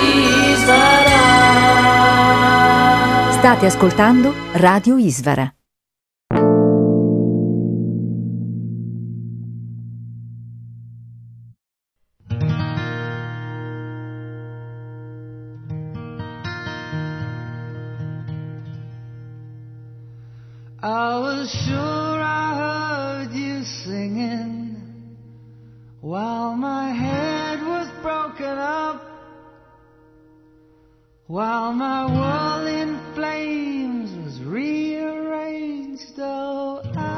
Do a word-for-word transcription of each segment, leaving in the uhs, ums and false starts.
State ascoltando Radio Isvara. I was sure I heard you singing while my head was broken up, while my world in flames was rearranged. Oh,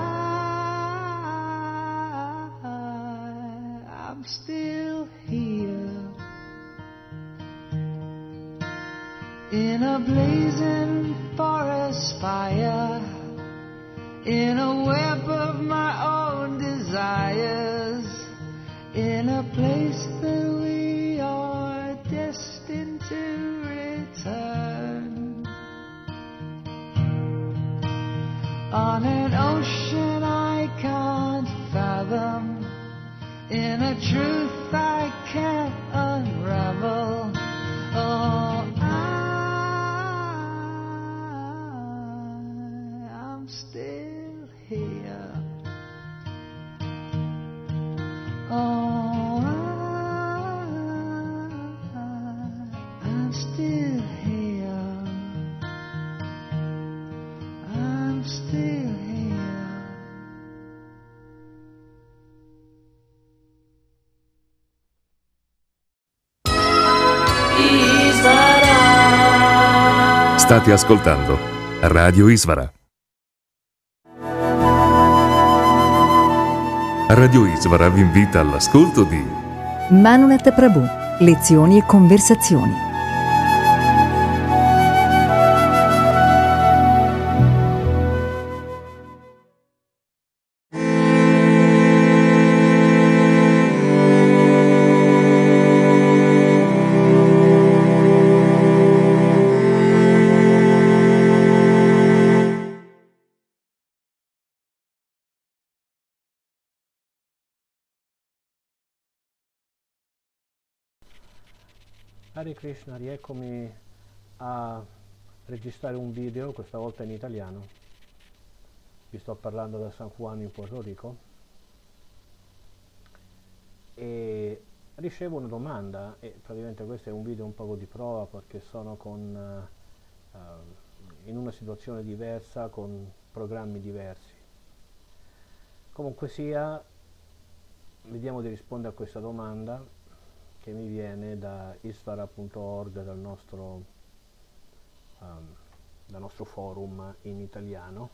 I, I'm still here in a blazing forest fire, in a web of my own desires, in a place that we are destined to return, on an ocean I can't fathom, in a truth I can't unravel. Oh, I, I'm still here. Oh, I, I'm still here. I'm still here. Isvara. State ascoltando Radio Isvara. Radio Isvara vi invita all'ascolto di Manunet Prabhu, lezioni e conversazioni. Hare Krishna, rieccomi a registrare un video, questa volta in italiano. Vi sto parlando da San Juan in Porto Rico e ricevo una domanda, e praticamente questo è un video un po' di prova perché sono con, uh, in una situazione diversa, con programmi diversi. Comunque sia, vediamo di rispondere a questa domanda che mi viene da isvara punto org, dal nostro, um, dal nostro forum in italiano.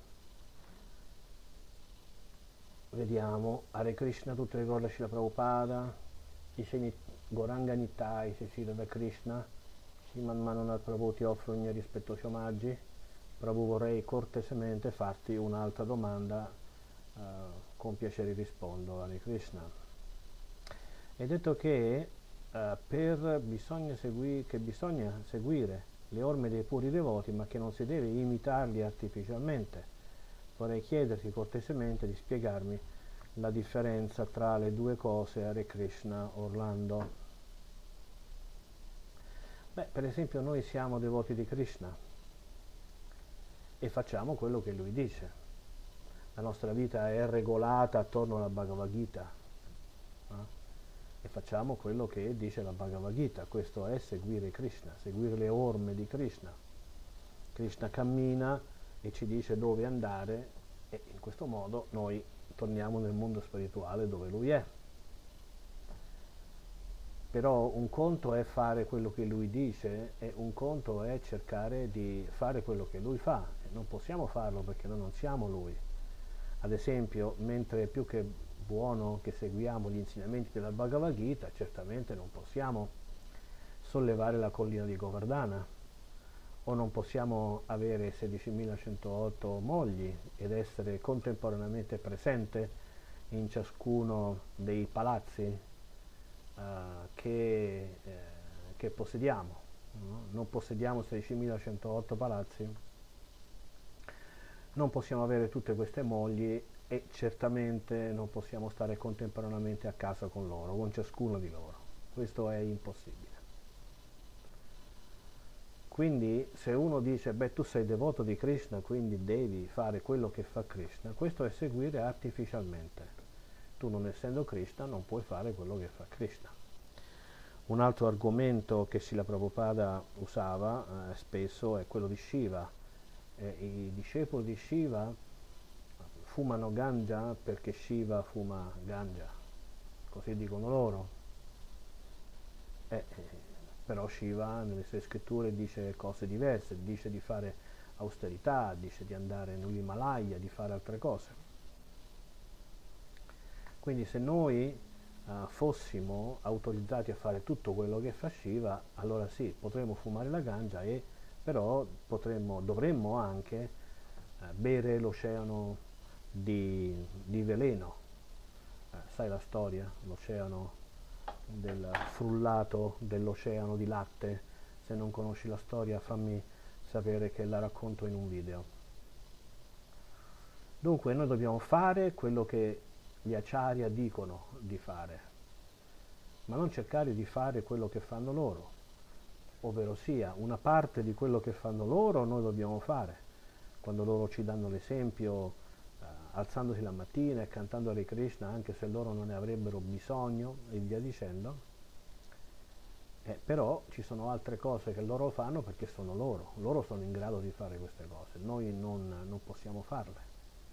Vediamo. Hare Krishna, tutte le glorie Srila Prabhupada, i Goranga Nitai, Sri da Krishna, Sriman Manonath Prabhu, ti offro i miei rispettosi omaggi. Prabhu, vorrei cortesemente farti un'altra domanda, uh, con piacere rispondo. Hare Krishna. È detto che Uh, per bisogna segui, che bisogna seguire le orme dei puri devoti, ma che non si deve imitarli artificialmente. Vorrei chiederti cortesemente di spiegarmi la differenza tra le due cose. Hare Krishna, Orlando. Beh, per esempio noi siamo devoti di Krishna e facciamo quello che lui dice. La nostra vita è regolata attorno alla Bhagavad Gita, eh? E facciamo quello che dice la Bhagavad Gita. Questo è seguire Krishna, seguire le orme di Krishna. Krishna cammina e ci dice dove andare e in questo modo noi torniamo nel mondo spirituale dove lui è. Però un conto è fare quello che lui dice e un conto è cercare di fare quello che lui fa. E non possiamo farlo perché noi non siamo lui. Ad esempio, mentre più che buono che seguiamo gli insegnamenti della Bhagavad Gita, certamente non possiamo sollevare la collina di Govardhana, o non possiamo avere sedicimilacentotto mogli ed essere contemporaneamente presente in ciascuno dei palazzi uh, che, eh, che possediamo. No? Non possediamo sedicimilacentotto palazzi, non possiamo avere tutte queste mogli e certamente non possiamo stare contemporaneamente a casa con loro, con ciascuno di loro. Questo è impossibile. quindi se uno dice, beh, tu sei devoto di Krishna, quindi devi fare quello che fa Krishna, questo è seguire artificialmente. Tu, non essendo Krishna, non puoi fare quello che fa Krishna. Un altro argomento che Srila Prabhupada usava eh, spesso è quello di Shiva. Eh, I discepoli di Shiva fumano ganja perché Shiva fuma ganja, così dicono loro. Eh, però Shiva nelle sue scritture dice cose diverse, dice di fare austerità, dice di andare nell'Himalaya, di fare altre cose. Quindi se noi uh, fossimo autorizzati a fare tutto quello che fa Shiva, allora sì, potremmo fumare la ganja, e però potremmo, dovremmo anche uh, bere l'oceano di, di veleno. Uh, sai la storia, l'oceano del frullato dell'oceano di latte? Se non conosci la storia, fammi sapere che la racconto in un video. Dunque noi dobbiamo fare quello che gli acharya dicono di fare, ma non cercare di fare quello che fanno loro, ovvero sia una parte di quello che fanno loro noi dobbiamo fare, quando loro ci danno l'esempio eh, alzandosi la mattina e cantando Hare Krishna anche se loro non ne avrebbero bisogno e via dicendo, eh, però ci sono altre cose che loro fanno perché sono loro, loro sono in grado di fare queste cose, noi non, non possiamo farle.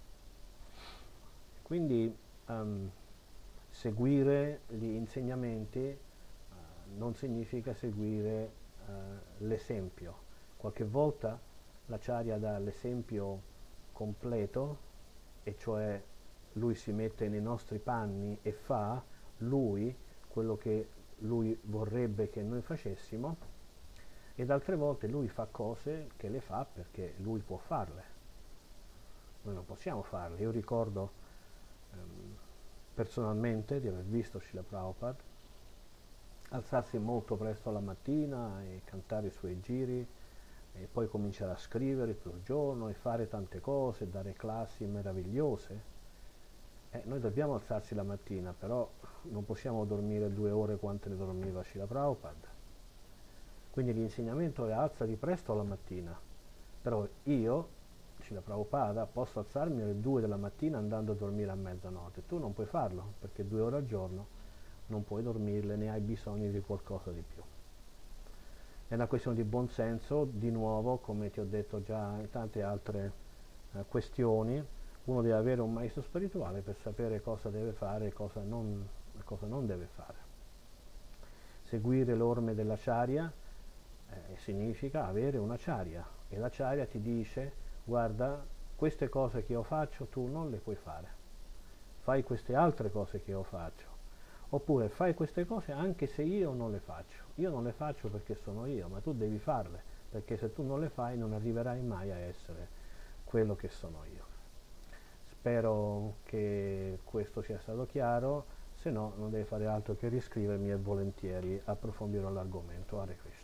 Quindi Um, seguire gli insegnamenti uh, non significa seguire uh, l'esempio. Qualche volta l'acharya dà l'esempio completo, e cioè lui si mette nei nostri panni e fa lui quello che lui vorrebbe che noi facessimo, ed altre volte lui fa cose che le fa perché lui può farle. Noi non possiamo farle. Io ricordo Um, personalmente di aver visto Srila Prabhupada alzarsi molto presto alla mattina e cantare i suoi giri e poi cominciare a scrivere tutto il giorno e fare tante cose, dare classi meravigliose. Eh, noi dobbiamo alzarsi la mattina, però non possiamo dormire due ore quante ne dormiva Srila Prabhupada. Quindi l'insegnamento è alzati presto alla mattina, però io Srila Prabhupada, posso alzarmi alle due della mattina andando a dormire a mezzanotte. Tu non puoi farlo, perché due ore al giorno non puoi dormirle, ne hai bisogno di qualcosa di più. È una questione di buonsenso, di nuovo, come ti ho detto già in tante altre eh, questioni, uno deve avere un maestro spirituale per sapere cosa deve fare e cosa non, cosa non deve fare. Seguire le orme dell'acharya eh, significa avere un acharya, e l'acharya ti dice: guarda, queste cose che io faccio tu non le puoi fare, fai queste altre cose che io faccio, oppure fai queste cose anche se io non le faccio. Io non le faccio perché sono io, ma tu devi farle, perché se tu non le fai non arriverai mai a essere quello che sono io. Spero che questo sia stato chiaro, se no non devi fare altro che riscrivermi e volentieri approfondirò l'argomento. Hare Krishna.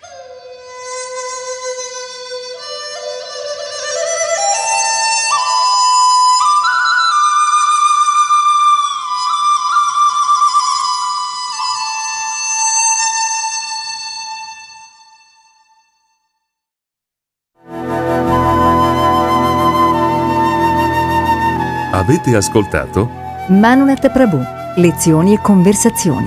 Avete ascoltato Manunat Prabhu, lezioni e conversazioni.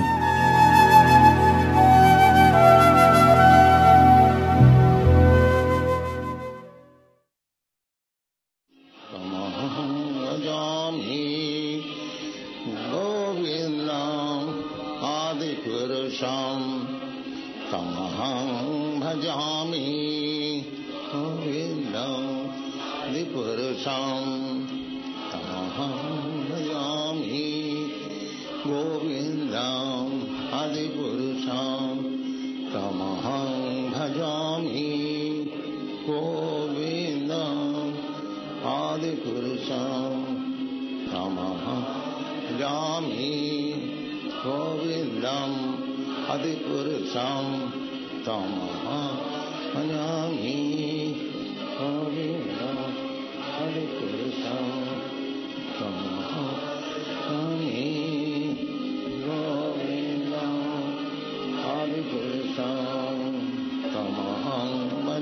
Tamaham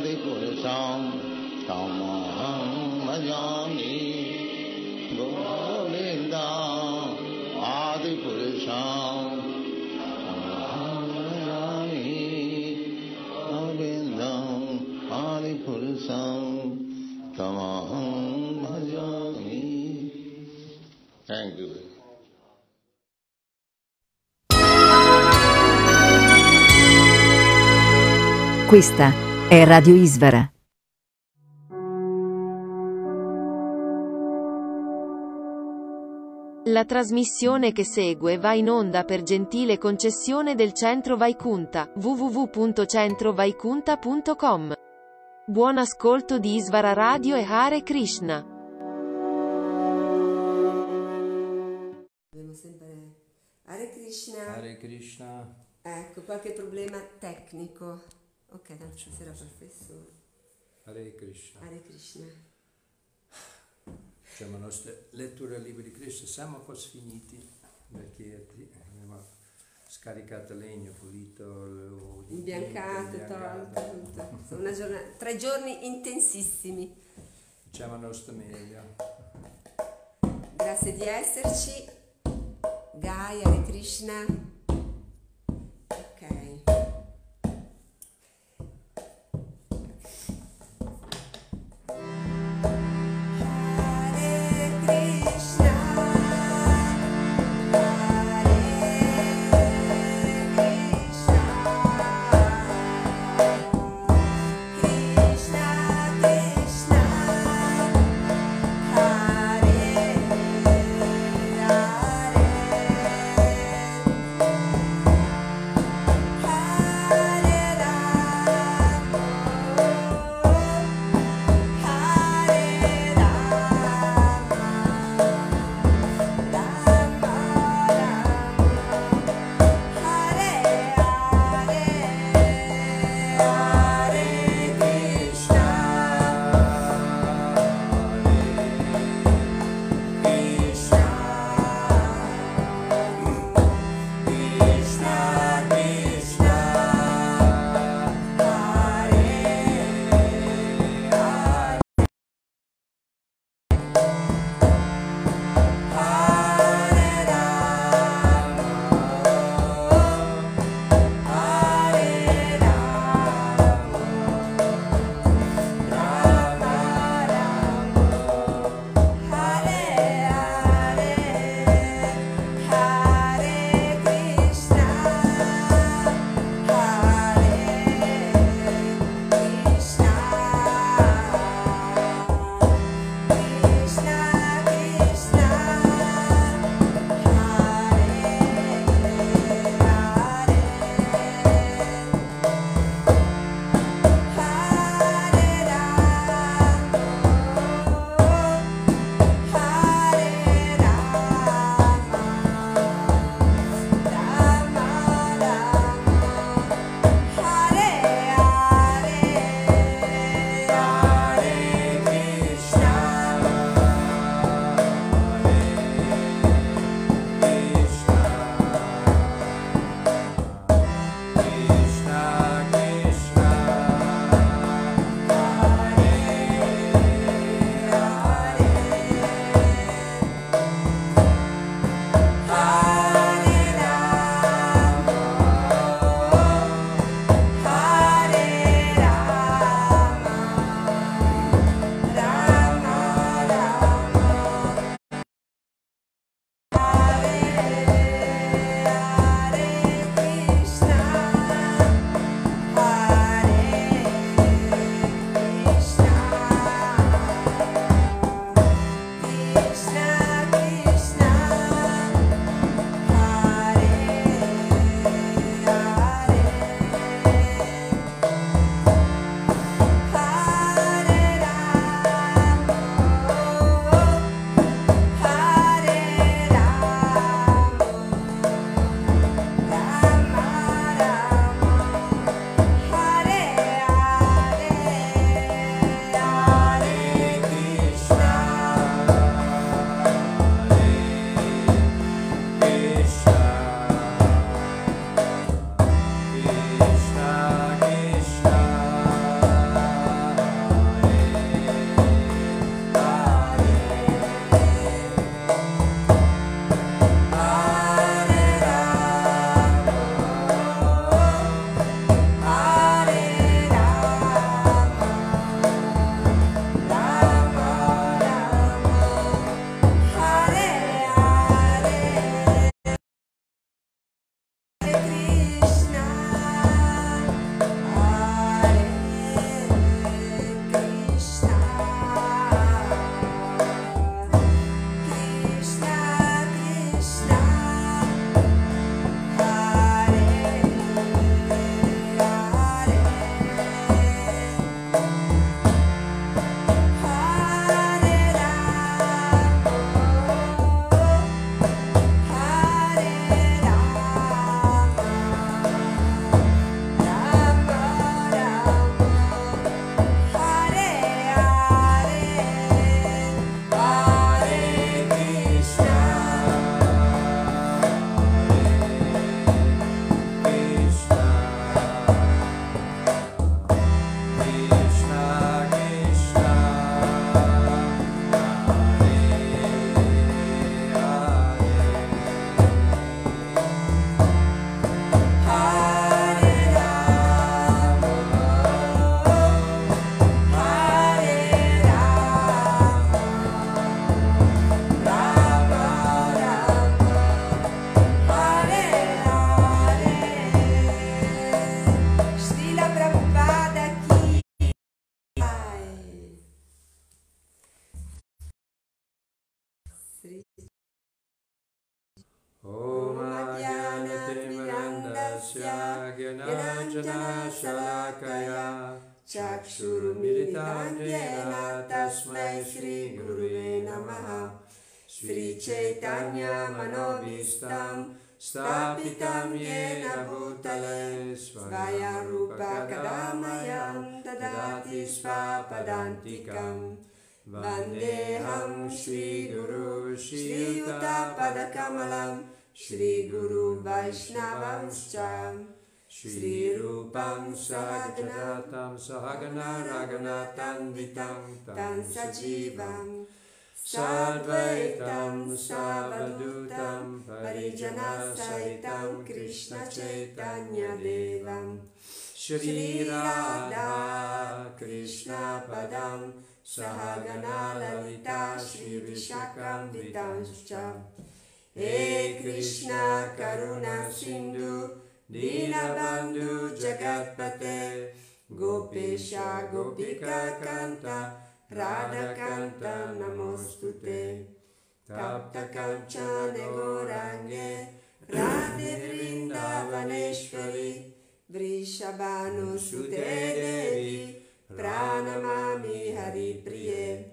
Adipurusam Tamaham Bhajami Govindam Adipurusam Tamaham Bhajami Govindam Adipurusam Tamaham Bhajami. Thank you. Questa è Radio Isvara. La trasmissione che segue va in onda per gentile concessione del Centro Vaikunta, w w w punto centro vaikunta punto com. Buon ascolto di Isvara Radio e Hare Krishna. Abbiamo sempre Hare Krishna. Hare Krishna. Ecco, qualche problema tecnico. Ok, tanto stasera professore. Hare Krishna. Hare Krishna. Facciamo la nostra lettura del libro di Krishna. Siamo quasi finiti perché abbiamo scaricato legno, pulito, o di Imbiancato, tolto, tutto. Sono una giornata, tre giorni intensissimi. Facciamo la nostra meglio. Grazie di esserci. Gai, Hare Krishna. Ok. Hare Sri Om Ajnanatirandasya Gyananjana Shalakaya Chakshurumilitam Jena Tasmai Shri Guruve Namaha Sri Chaitanya Manobhistam Stapitam Yena Bhutale Svaya Rupa Kadamayam Dadati Svapadantikam Vandeham Shri Guru Shri Yuta Padakamalam Shri Guru Vaishnavamscha Shri Rupam Sahaganatam Sahagana Raganatanvitam Tam Sajivam Sadvaitam Savadutam Parijana Sahitam Krishna Chaitanya Devam Shri Radha Krishna Padam Sahagana Lalita Shri Vishakam Vitamscha He Krishna Karuna Sindhu Dinabandhu Jagatpate Gopesha Gopika Kanta Radha Kanta Namostute Tapta Kanchane Gorange Radhe Vrindavaneshwari Vrishabhanu Sute Devi Pranamami Hari Priye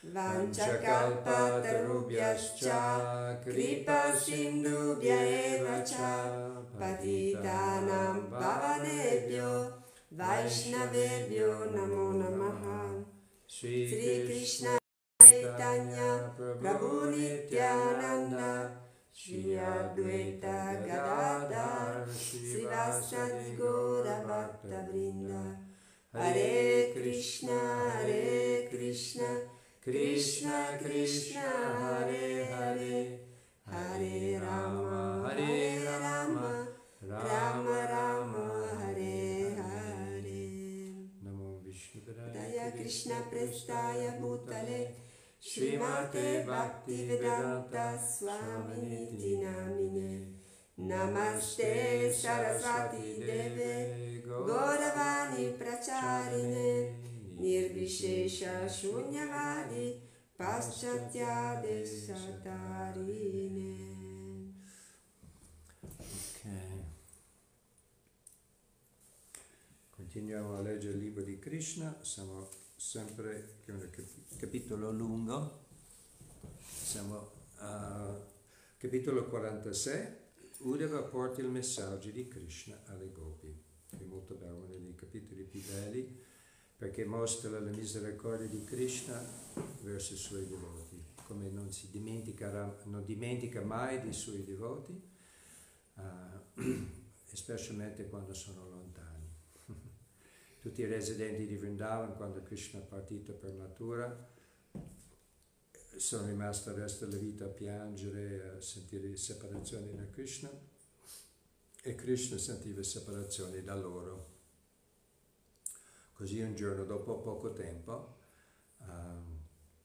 Vanchakalpatarubhyascha Kripa Sindhubhya eva cha Patitanam Pavanebhyo Vaishnavebhyo Namo Namaha Sri Krishna Chaitanya Prabhu Nityananda Shri Advaita Gadadhar Srivasadi Gaura Bhakta Vrinda Hare Krishna Hare Krishna Krishna Krishna Hare Hare Hare Rama Hare Rama Rama Rama Hare Hare Namo Vishnudaya Krishna Prestaya Bhutale Srimate Bhakti Vedanta Swaminiti Namine Namaste Saraswati Deve Gauravani Pracharine Nirvishesha Shunyavadi Paschatya Desatarine. Ok. Continuiamo a leggere il libro di Krishna, siamo sempre che è un capitolo lungo, siamo a capitolo quarantasei. Uddhava porta il messaggio di Krishna alle gopi. È molto bello, uno dei capitoli più belli, perché mostra la misericordia di Krishna verso i suoi devoti, come non si dimenticherà, non dimentica mai dei suoi devoti, uh, specialmente quando sono lontani. Tutti i residenti di Vrindavan, quando Krishna è partito per natura, sono rimasti il resto della vita a piangere, a sentire separazione da Krishna, e Krishna sentiva separazione da loro. Così un giorno, dopo poco tempo, um,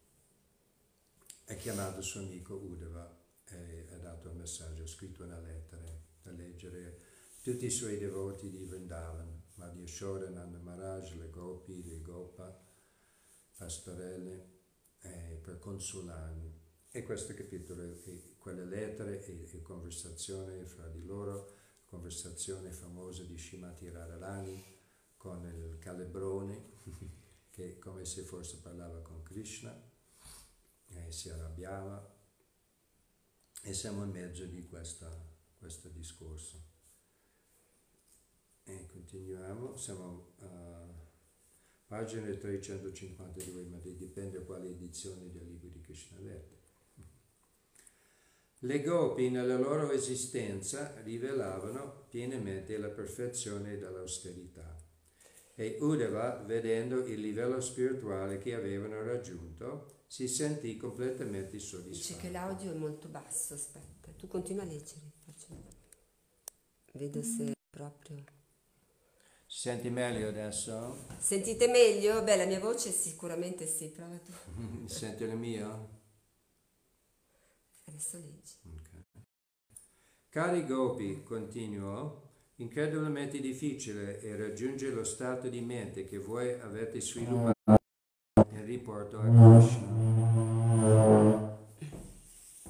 ha chiamato il suo amico Uddhava e ha dato un messaggio, ha scritto una lettera da leggere tutti i suoi devoti di Vrindavan, Madhya Yashoda, Nanda Maharaj, le gopi, le gopa, pastorelle, eh, per consolarli. E questo capitolo è, è quelle lettere e, e conversazione fra di loro, conversazione famosa di Srimati Radharani con il calebrone, che come se forse parlava con Krishna, e si arrabbiava, e siamo in mezzo di questa, questo discorso. E continuiamo, siamo a pagina trecentocinquantadue, ma dipende da quale edizione del libro di Krishna lette. Le gopi nella loro esistenza rivelavano pienamente la perfezione dell'austerità. E Uddhava, vedendo il livello spirituale che avevano raggiunto, si sentì completamente soddisfatto. Dice che l'audio è molto basso, aspetta, tu continua a leggere, faccio... vedo se proprio... Si senti meglio adesso? Sentite meglio? Beh, la mia voce sicuramente sì, prova tu. Senti la mia? Adesso leggi. Okay. Cari gopi, continuò, incredibilmente difficile è raggiungere lo stato di mente che voi avete sviluppato in riporto a Krishna.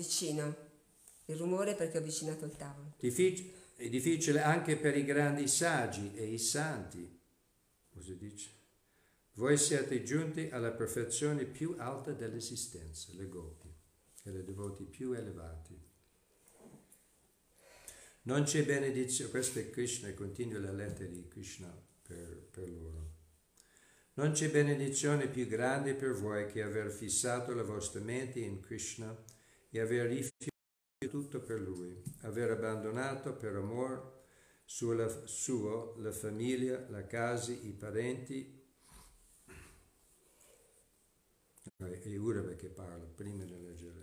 vicino. Il rumore perché ho avvicinato il tavolo. Diffic- è difficile anche per i grandi saggi e i santi. Cosa dice? Voi siete giunti alla perfezione più alta dell'esistenza, le gopi, e le devoti più elevati. Non c'è benedizione, questo è Krishna, continua la lettera di Krishna per, per loro. Non c'è benedizione più grande per voi che aver fissato la vostra mente in Krishna e aver rifiutato tutto per Lui, aver abbandonato per amor suo, suo la famiglia, la casa, i parenti, è Uddhava che parla prima di leggere.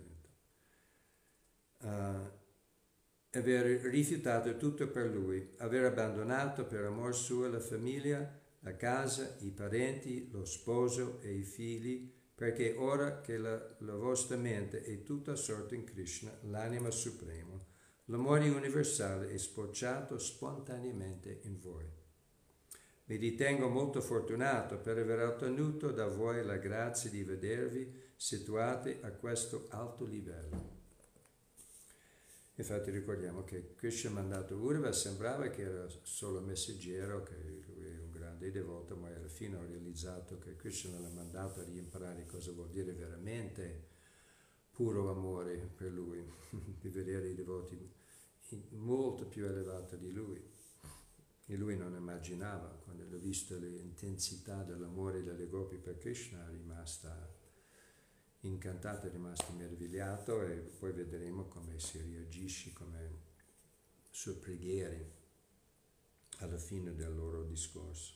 Uh, aver rifiutato tutto per Lui, aver abbandonato per amor suo la famiglia, la casa, i parenti, lo sposo e i figli, perché ora che la, la vostra mente è tutta assorta in Krishna, l'anima suprema, l'amore universale è sbocciato spontaneamente in voi. Mi ritengo molto fortunato per aver ottenuto da voi la grazia di vedervi situati a questo alto livello. Infatti ricordiamo che Krishna ha mandato Uddhava, sembrava che era solo messaggero, che lui è un grande devoto, ma alla fine ho realizzato che Krishna l'ha mandato a imparare cosa vuol dire veramente puro amore per lui, di vedere i devoti molto più elevati di lui. E lui non immaginava, quando ha visto l'intensità dell'amore delle gopi per Krishna, è rimasta incantato, è rimasto meravigliato, e poi vedremo come si reagisce, come sue preghiere alla fine del loro discorso.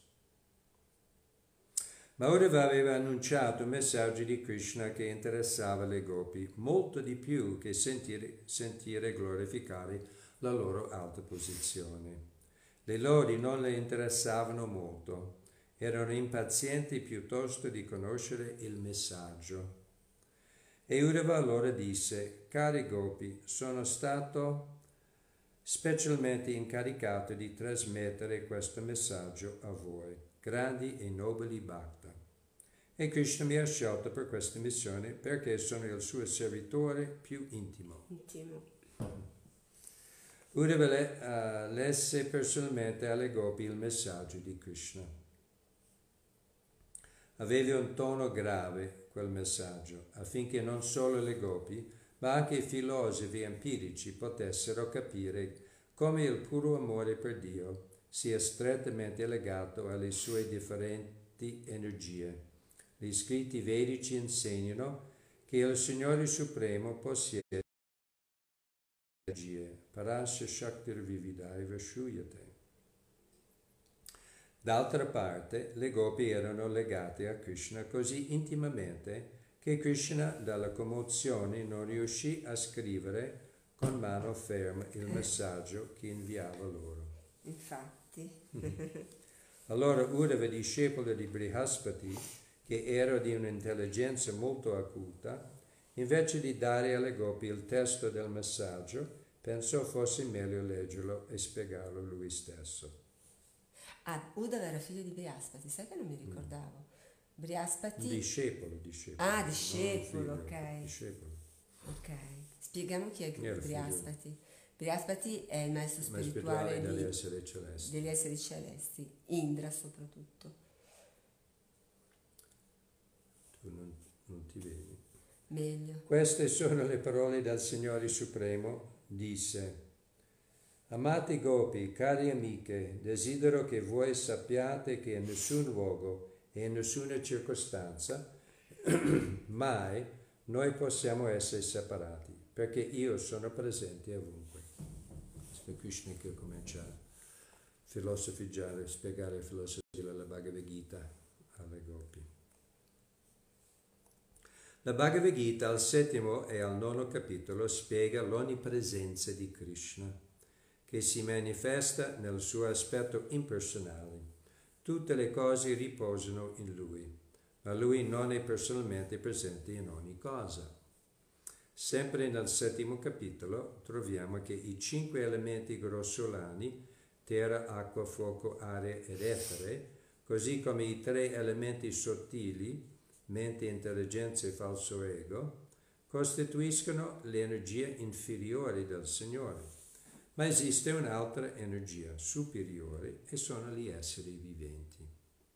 Ma Uddhava aveva annunciato un messaggio di Krishna che interessava le gopi molto di più che sentire, sentire glorificare la loro alta posizione. Le lodi non le interessavano molto, erano impazienti piuttosto di conoscere il messaggio. E Uddhava allora disse: cari gopi, sono stato specialmente incaricato di trasmettere questo messaggio a voi, grandi e nobili bhakta. E Krishna mi ha scelto per questa missione perché sono il suo servitore più intimo. Intimo. Uddhava le, uh, lesse personalmente alle gopi il messaggio di Krishna. Aveva un tono grave quel messaggio, affinché non solo le gopi, ma anche i filosofi empirici potessero capire come il puro amore per Dio sia strettamente legato alle sue differenti energie. Gli scritti vedici insegnano che il Signore Supremo possiede energie, parasya shaktir vividaiva shuyate. D'altra parte, le gopi erano legate a Krishna così intimamente che Krishna, dalla commozione, non riuscì a scrivere con mano ferma il messaggio che inviava loro. Infatti. Allora Uddhava, discepolo di Brihaspati, che era di un'intelligenza molto acuta, invece di dare alle gopi il testo del messaggio, pensò fosse meglio leggerlo e spiegarlo lui stesso. Ah, Uddhava era figlio di Brihaspati, sai che non mi ricordavo. Brihaspati... Discepolo, discepolo. Ah, discepolo, figlio, ok. Discepolo. Ok. Spieghiamo chi è Era Brihaspati. Brihaspati è il maestro Ma spirituale, spirituale degli di- esseri celesti. degli esseri celesti, Indra soprattutto. Tu non, non ti vedi. Meglio. Queste sono le parole del Signore Supremo, disse: amati gopi, cari amiche, desidero che voi sappiate che in nessun luogo e in nessuna circostanza mai noi possiamo essere separati, perché io sono presente ovunque. Questo è Krishna che comincia a filosofeggiare, spiegare la filosofia della Bhagavad Gita alle gopi. La Bhagavad Gita al settimo e al nono capitolo spiega l'onnipresenza di Krishna, che si manifesta nel suo aspetto impersonale. Tutte le cose riposano in lui, ma lui non è personalmente presente in ogni cosa. Sempre nel settimo capitolo troviamo che i cinque elementi grossolani, terra, acqua, fuoco, aria ed etere, così come i tre elementi sottili, mente, intelligenza e falso ego, costituiscono l'energia inferiore del Signore. Ma esiste un'altra energia superiore e sono gli esseri viventi.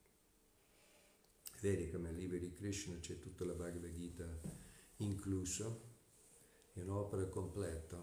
Vedi come nel libro di Krishna c'è tutta la Bhagavad Gita incluso, è un'opera completa.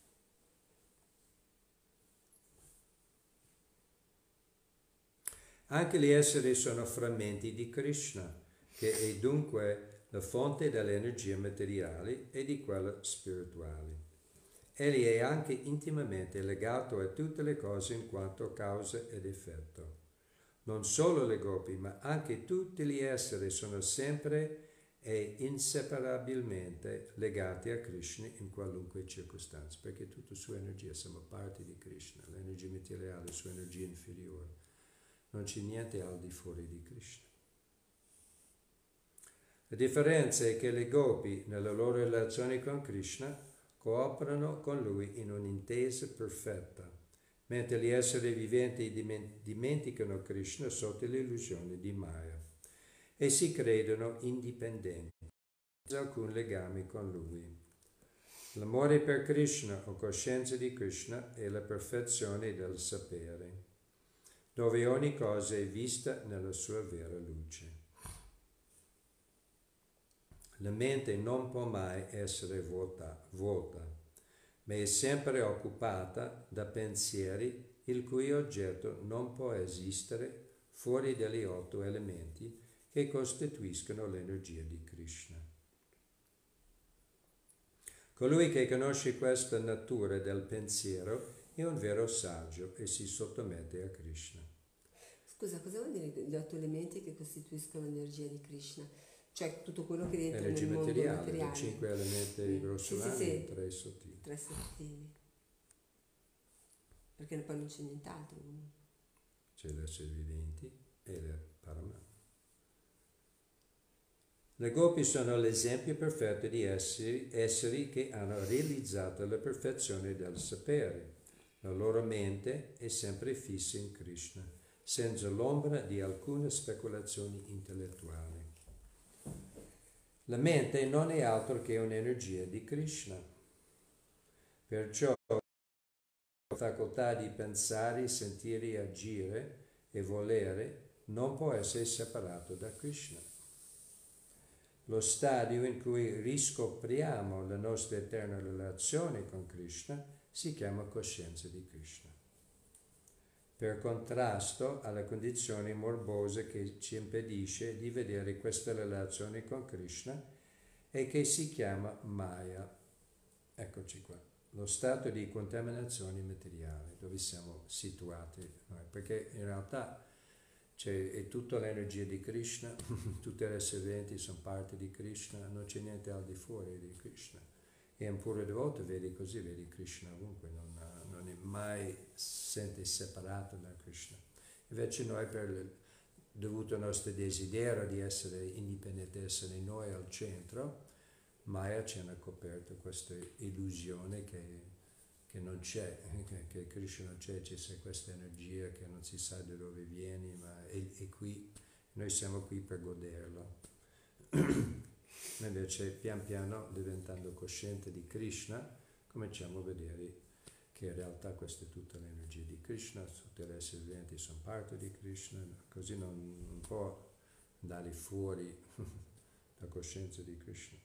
Anche gli esseri sono frammenti di Krishna, che è dunque la fonte dell'energia materiale e di quella spirituale. Egli è anche intimamente legato a tutte le cose in quanto causa ed effetto. Non solo le gopi, ma anche tutti gli esseri sono sempre e inseparabilmente legati a Krishna in qualunque circostanza, perché tutta sua energia, siamo parte di Krishna, l'energia materiale, la sua energia inferiore. Non c'è niente al di fuori di Krishna. La differenza è che le gopi, nella loro relazione con Krishna, cooperano con lui in un'intesa perfetta, mentre gli esseri viventi dimenticano Krishna sotto l'illusione di Maya e si credono indipendenti, senza alcun legame con lui. L'amore per Krishna o coscienza di Krishna è la perfezione del sapere, dove ogni cosa è vista nella sua vera luce. La mente non può mai essere vuota, vuota, ma è sempre occupata da pensieri il cui oggetto non può esistere fuori dagli otto elementi che costituiscono l'energia di Krishna. Colui che conosce questa natura del pensiero è un vero saggio e si sottomette a Krishna. Scusa, cosa vuol dire gli otto elementi che costituiscono l'energia di Krishna? Cioè tutto quello che rientra Energia nel mondo materiale, materiale. i cinque elementi Mm. grossolani Sì, sì, e sì. tre sottili. Tre sottili. Perché poi non c'è nient'altro. C'è l'essere viventi e il Paramatma. Le gopi sono l'esempio perfetto di esseri, esseri che hanno realizzato la perfezione del sapere. La loro mente è sempre fissa in Krishna, senza l'ombra di alcuna speculazione intellettuale. La mente non è altro che un'energia di Krishna. Perciò la facoltà di pensare, sentire, agire e volere non può essere separato da Krishna. Lo stadio in cui riscopriamo la nostra eterna relazione con Krishna si chiama coscienza di Krishna. Per contrasto alla condizione morbosa che ci impedisce di vedere questa relazione con Krishna e che si chiama Maya. Eccoci qua, lo stato di contaminazione materiale dove siamo situati noi, perché in realtà c'è, è tutta l'energia di Krishna, tutti gli esseri viventi sono parte di Krishna, non c'è niente al di fuori di Krishna. E un puro devoto vedi così, vedi Krishna ovunque, non, non è mai sente separato da Krishna. Invece noi, per, dovuto al nostro desiderio di essere indipendenti, essere noi al centro, Maya ci ha coperto questa illusione che, che non c'è, che, che Krishna non c'è, c'è questa energia che non si sa da dove viene, ma è, è qui, noi siamo qui per goderlo. Invece pian piano, diventando cosciente di Krishna, cominciamo a vedere che in realtà questa è tutta l'energia di Krishna, tutti gli esseri viventi sono parte di Krishna, così non, non può andare fuori la coscienza di Krishna.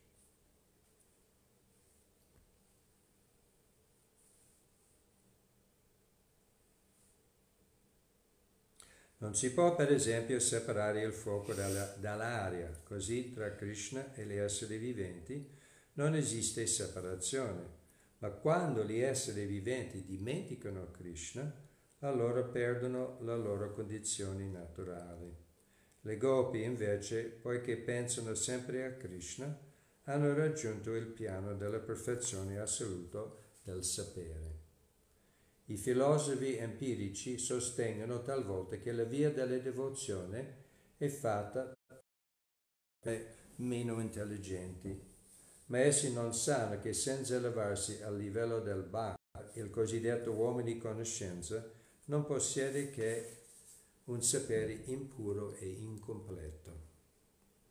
Non si può per esempio separare il fuoco dalla, dall'aria, così tra Krishna e gli esseri viventi non esiste separazione, ma quando gli esseri viventi dimenticano Krishna, allora perdono la loro condizione naturale. Le gopi invece, poiché pensano sempre a Krishna, hanno raggiunto il piano della perfezione assoluta del sapere. I filosofi empirici sostengono talvolta che la via della devozione è fatta da meno intelligenti, ma essi non sanno che senza elevarsi al livello del Bhakti, il cosiddetto uomo di conoscenza non possiede che un sapere impuro e incompleto.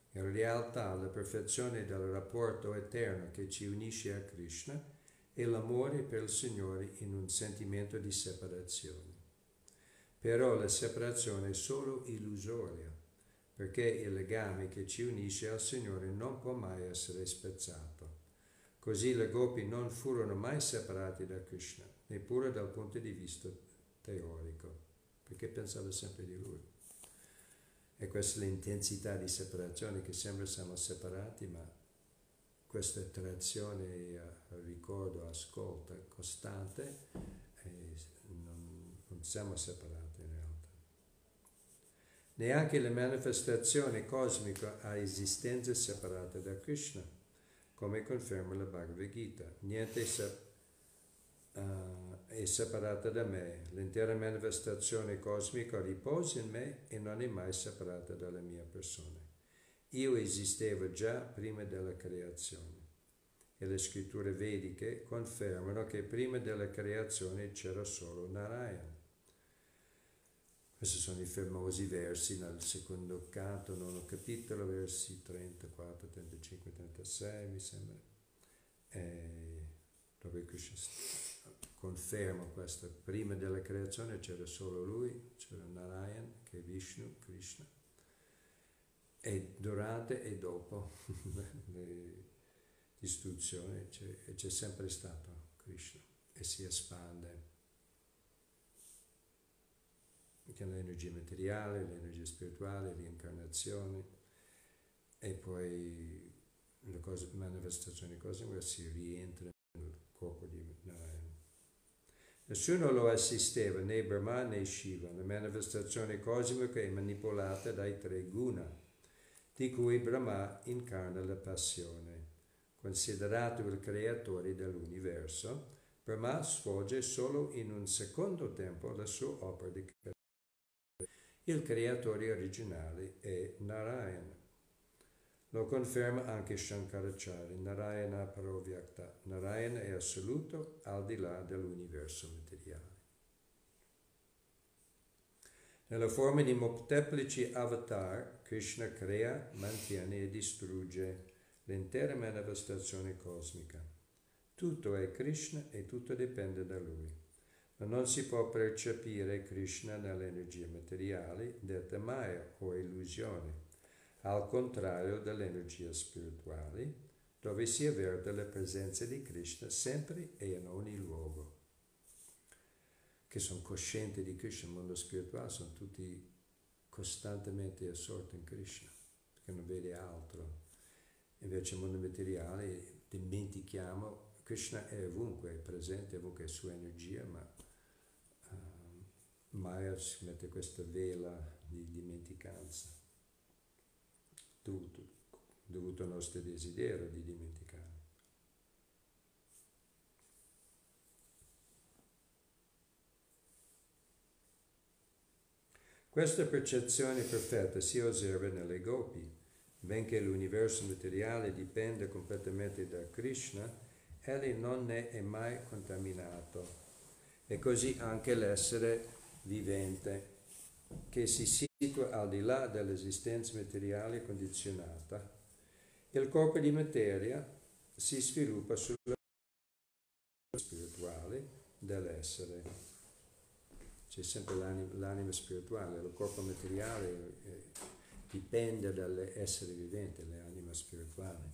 In realtà la perfezione del rapporto eterno che ci unisce a Krishna è l'amore per il Signore in un sentimento di separazione. Però la separazione è solo illusoria, perché il legame che ci unisce al Signore non può mai essere spezzato. Così le gopi non furono mai separati da Krishna, neppure dal punto di vista teorico, perché pensava sempre di Lui. E questa è l'intensità di separazione, che sembra siamo separati, ma questa attrazione, ricordo, ascolto costante, e non, non siamo separati in realtà. Neanche la manifestazione cosmica ha esistenza separata da Krishna, come conferma la Bhagavad Gita. Niente se, uh, è separata da me. L'intera manifestazione cosmica riposa in me e non è mai separata dalla mia persona. Io esistevo già prima della creazione. E le scritture vediche confermano che prima della creazione c'era solo Narayana. Questi sono i famosi versi nel secondo canto, nono capitolo, versi trentaquattro, trentacinque, trentasei, mi sembra, e dove Krishna conferma questo. Prima della creazione c'era solo lui, c'era Narayan, che è Vishnu, Krishna, e durante e dopo l'istruzione c'è, c'è sempre stato Krishna e si espande. Che l'energia materiale, l'energia spirituale, l'incarnazione, e poi la cosa, manifestazione cosmica si rientra nel corpo di Narayana. Nessuno lo assisteva, né Brahma né Shiva. La manifestazione cosmica è manipolata dai tre guna, di cui Brahma incarna la passione. Considerato il creatore dell'universo, Brahma svolge solo in un secondo tempo la sua opera di creazione. Il creatore originale è Narayana. Lo conferma anche Shankaracharya, Narayana Paravyakta. Narayana è assoluto al di là dell'universo materiale. Nella forma di molteplici avatar, Krishna crea, mantiene e distrugge l'intera manifestazione cosmica. Tutto è Krishna e tutto dipende da Lui. Ma non si può percepire Krishna nell'energia materiale, detta Maya o illusione, al contrario dell'energia spirituale, dove si avverte la presenza di Krishna sempre e in ogni luogo. Che sono coscienti di Krishna, nel mondo spirituale sono tutti costantemente assorti in Krishna, perché non vede altro. Invece nel mondo materiale dimentichiamo, Krishna è ovunque, è presente, ovunque è sua energia, ma Maya si mette questa vela di dimenticanza, dovuto, dovuto al nostro desiderio di dimenticare. Questa percezione perfetta si osserva nelle gopi. Benché l'universo materiale dipenda completamente da Krishna, egli non ne è mai contaminato. E così anche l'essere vivente, che si situa al di là dell'esistenza materiale condizionata. Il corpo di materia si sviluppa sulla spirituale dell'essere. C'è sempre l'anima, l'anima spirituale, il corpo materiale eh, dipende dall'essere vivente, l'anima spirituale.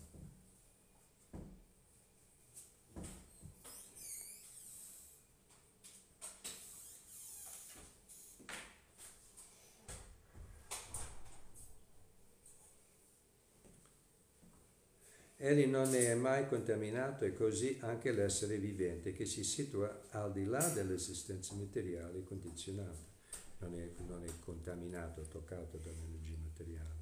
Egli non ne è mai contaminato e così anche l'essere vivente che si situa al di là dell'esistenza materiale condizionata. Non è, non è contaminato, toccato dall'energia materiale.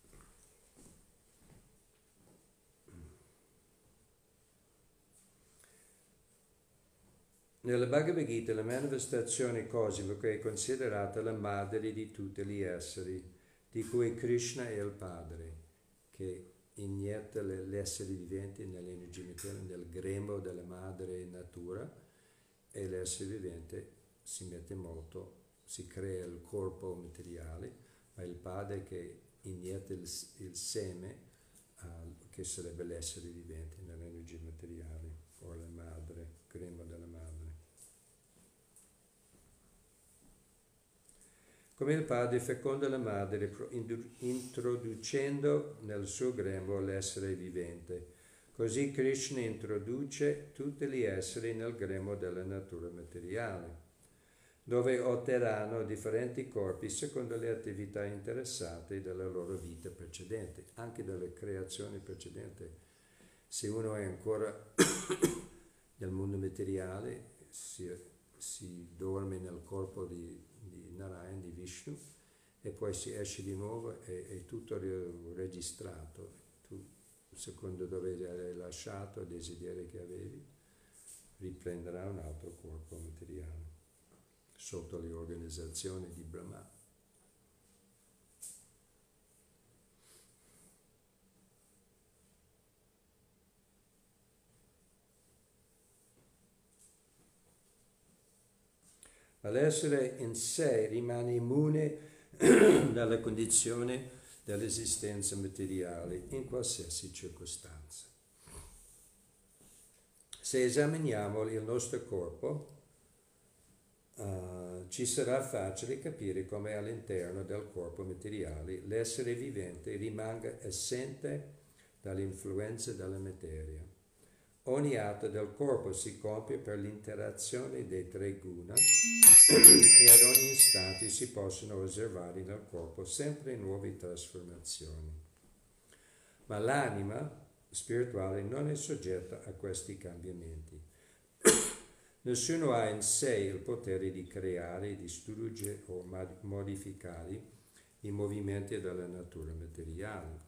Nella Bhagavad Gita la manifestazione cosmica è considerata la madre di tutti gli esseri, di cui Krishna è il padre, che inietta l'essere vivente nell'energia materiale, nel grembo della madre natura, e l'essere vivente si mette molto, si crea il corpo materiale, ma il padre che inietta il, il seme, uh, che sarebbe l'essere vivente nell'energia materiale, o la madre, grembo della madre. Come il padre feconda la madre introducendo nel suo grembo l'essere vivente, così Krishna introduce tutti gli esseri nel grembo della natura materiale, dove otterranno differenti corpi secondo le attività interessate della loro vita precedente, anche delle creazioni precedenti. Se uno è ancora nel mondo materiale, si, si dorme nel corpo di di Narayan, di Vishnu, e poi si esce di nuovo e è tutto registrato. Tu, secondo dove hai lasciato, i desideri che avevi, riprenderai un altro corpo materiale, sotto le organizzazioni di Brahma. Ma l'essere in sé rimane immune dalla condizione dell'esistenza materiale in qualsiasi circostanza. Se esaminiamo il nostro corpo, uh, ci sarà facile capire come all'interno del corpo materiale l'essere vivente rimanga assente dall'influenza della materia. Ogni atto del corpo si compie per l'interazione dei tre guna e ad ogni istante si possono osservare nel corpo sempre nuove trasformazioni. Ma l'anima spirituale non è soggetta a questi cambiamenti. Nessuno ha in sé il potere di creare, distruggere o modificare i movimenti della natura materiale.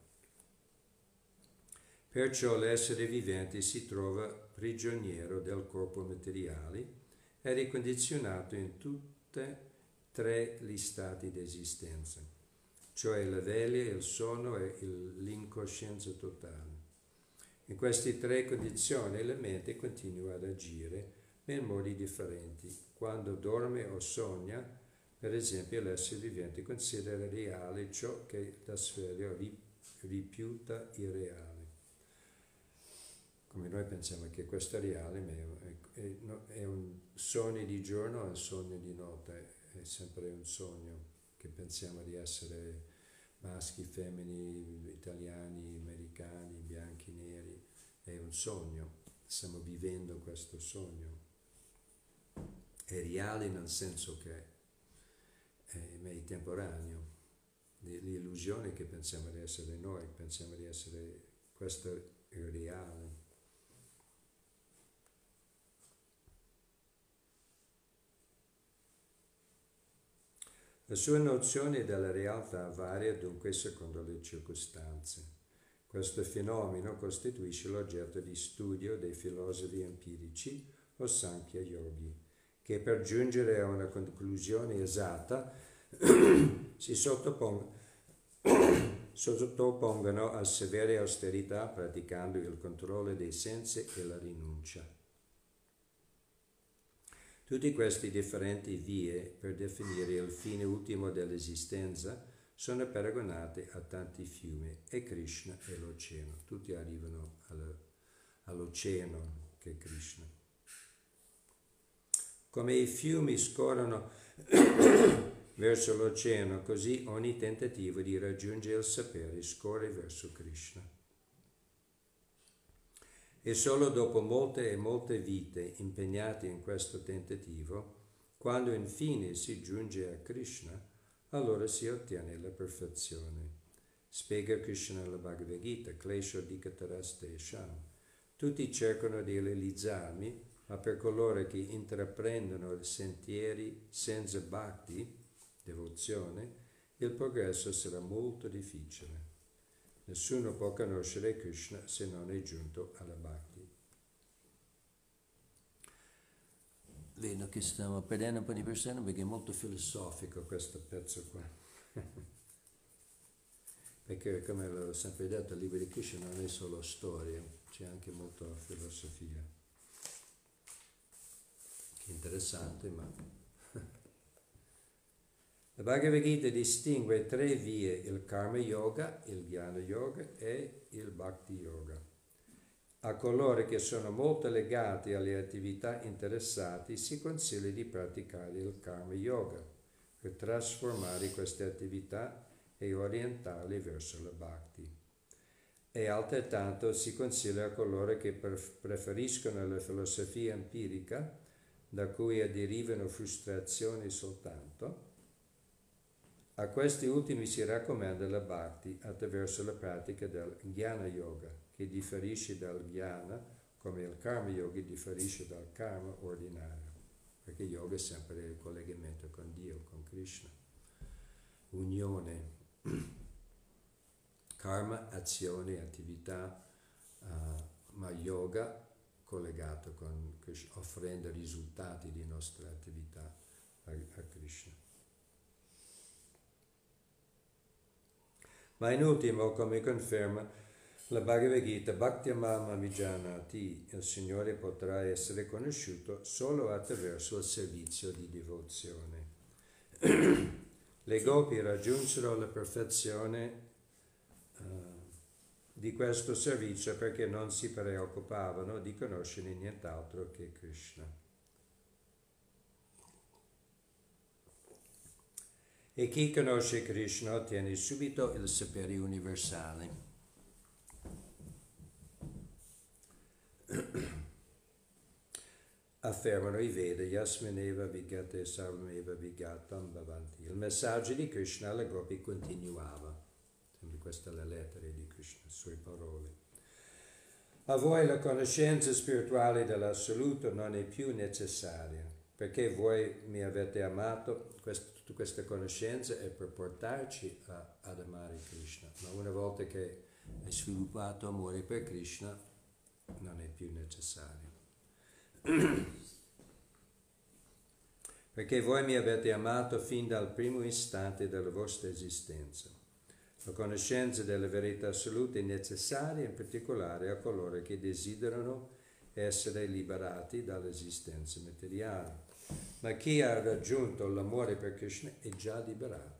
Perciò l'essere vivente si trova prigioniero del corpo materiale ed è condizionato in tutti e tre gli stati di esistenza, cioè la veglia, il sonno e l'incoscienza totale. In queste tre condizioni la mente continua ad agire in modi differenti. Quando dorme o sogna, per esempio, l'essere vivente considera reale ciò che la sfera riputa irreale. Come noi pensiamo che questo è reale, ma è, è, è un sogno di giorno o un sogno di notte, è sempre un sogno, che pensiamo di essere maschi, femmini, italiani, americani, bianchi, neri, è un sogno, stiamo vivendo questo sogno. È reale nel senso che è, è temporaneo, l'illusione che pensiamo di essere noi, pensiamo di essere, questo è reale. La sua nozione della realtà varia dunque secondo le circostanze. Questo fenomeno costituisce l'oggetto di studio dei filosofi empirici o Sankhya Yogi, che per giungere a una conclusione esatta si sottopongono, sottopongono a severe austerità praticando il controllo dei sensi e la rinuncia. Tutte queste differenti vie per definire il fine ultimo dell'esistenza sono paragonate a tanti fiumi e Krishna è l'oceano. Tutti arrivano all'oceano che è Krishna. Come i fiumi scorrono verso l'oceano, così ogni tentativo di raggiungere il sapere scorre verso Krishna. E solo dopo molte e molte vite impegnate in questo tentativo, quando infine si giunge a Krishna, allora si ottiene la perfezione. Spiega Krishna nella Bhagavad Gita, Klesho Dikataraste Sham. Tutti cercano di realizzarmi, ma per coloro che intraprendono sentieri senza bhakti, devozione, il progresso sarà molto difficile. Nessuno può conoscere Krishna se non è giunto alla Bhakti. Vedo che stiamo perdendo un po' di persone perché è molto filosofico questo pezzo qua. Perché, come l'ho sempre detto, il libro di Krishna non è solo storia, c'è anche molta filosofia. Che è interessante, ma La Bhagavad Gita distingue tre vie, il Karma Yoga, il Jnana Yoga e il Bhakti Yoga. A coloro che sono molto legati alle attività interessate si consiglia di praticare il Karma Yoga per trasformare queste attività e orientarle verso la Bhakti. E altrettanto si consiglia a coloro che preferiscono la filosofia empirica, da cui derivano frustrazioni soltanto. A questi ultimi si raccomanda la Bhakti attraverso la pratica del Jnana Yoga, che differisce dal Jnana, come il Karma Yoga differisce dal Karma ordinario, perché Yoga è sempre il collegamento con Dio, con Krishna. Unione, Karma, azione, attività, uh, ma Yoga collegato con Krishna, offrendo risultati di nostra attività a, a Krishna. Ma in ultimo, come conferma la Bhagavad Gita, Bhaktyamam Vijanati, il Signore potrà essere conosciuto solo attraverso il servizio di devozione. Le gopi raggiunsero la perfezione uh, di questo servizio perché non si preoccupavano di conoscere nient'altro che Krishna. E chi conosce Krishna ottiene subito il sapere universale. Affermano i Veda, Yasmineva Vigate Sarvameva Vigatam Bhavanti. Il messaggio di Krishna alla Gopi continuava. Questa è la lettera di Krishna, le sue parole. A voi la conoscenza spirituale dell'assoluto non è più necessaria, perché voi mi avete amato. Questa, tutta questa conoscenza è per portarci a, ad amare Krishna. Ma una volta che hai sviluppato amore per Krishna, non è più necessario. Perché voi mi avete amato fin dal primo istante della vostra esistenza. La conoscenza della verità assoluta è necessaria in particolare a coloro che desiderano essere liberati dall'esistenza materiale. Ma chi ha raggiunto l'amore per Krishna è già liberato.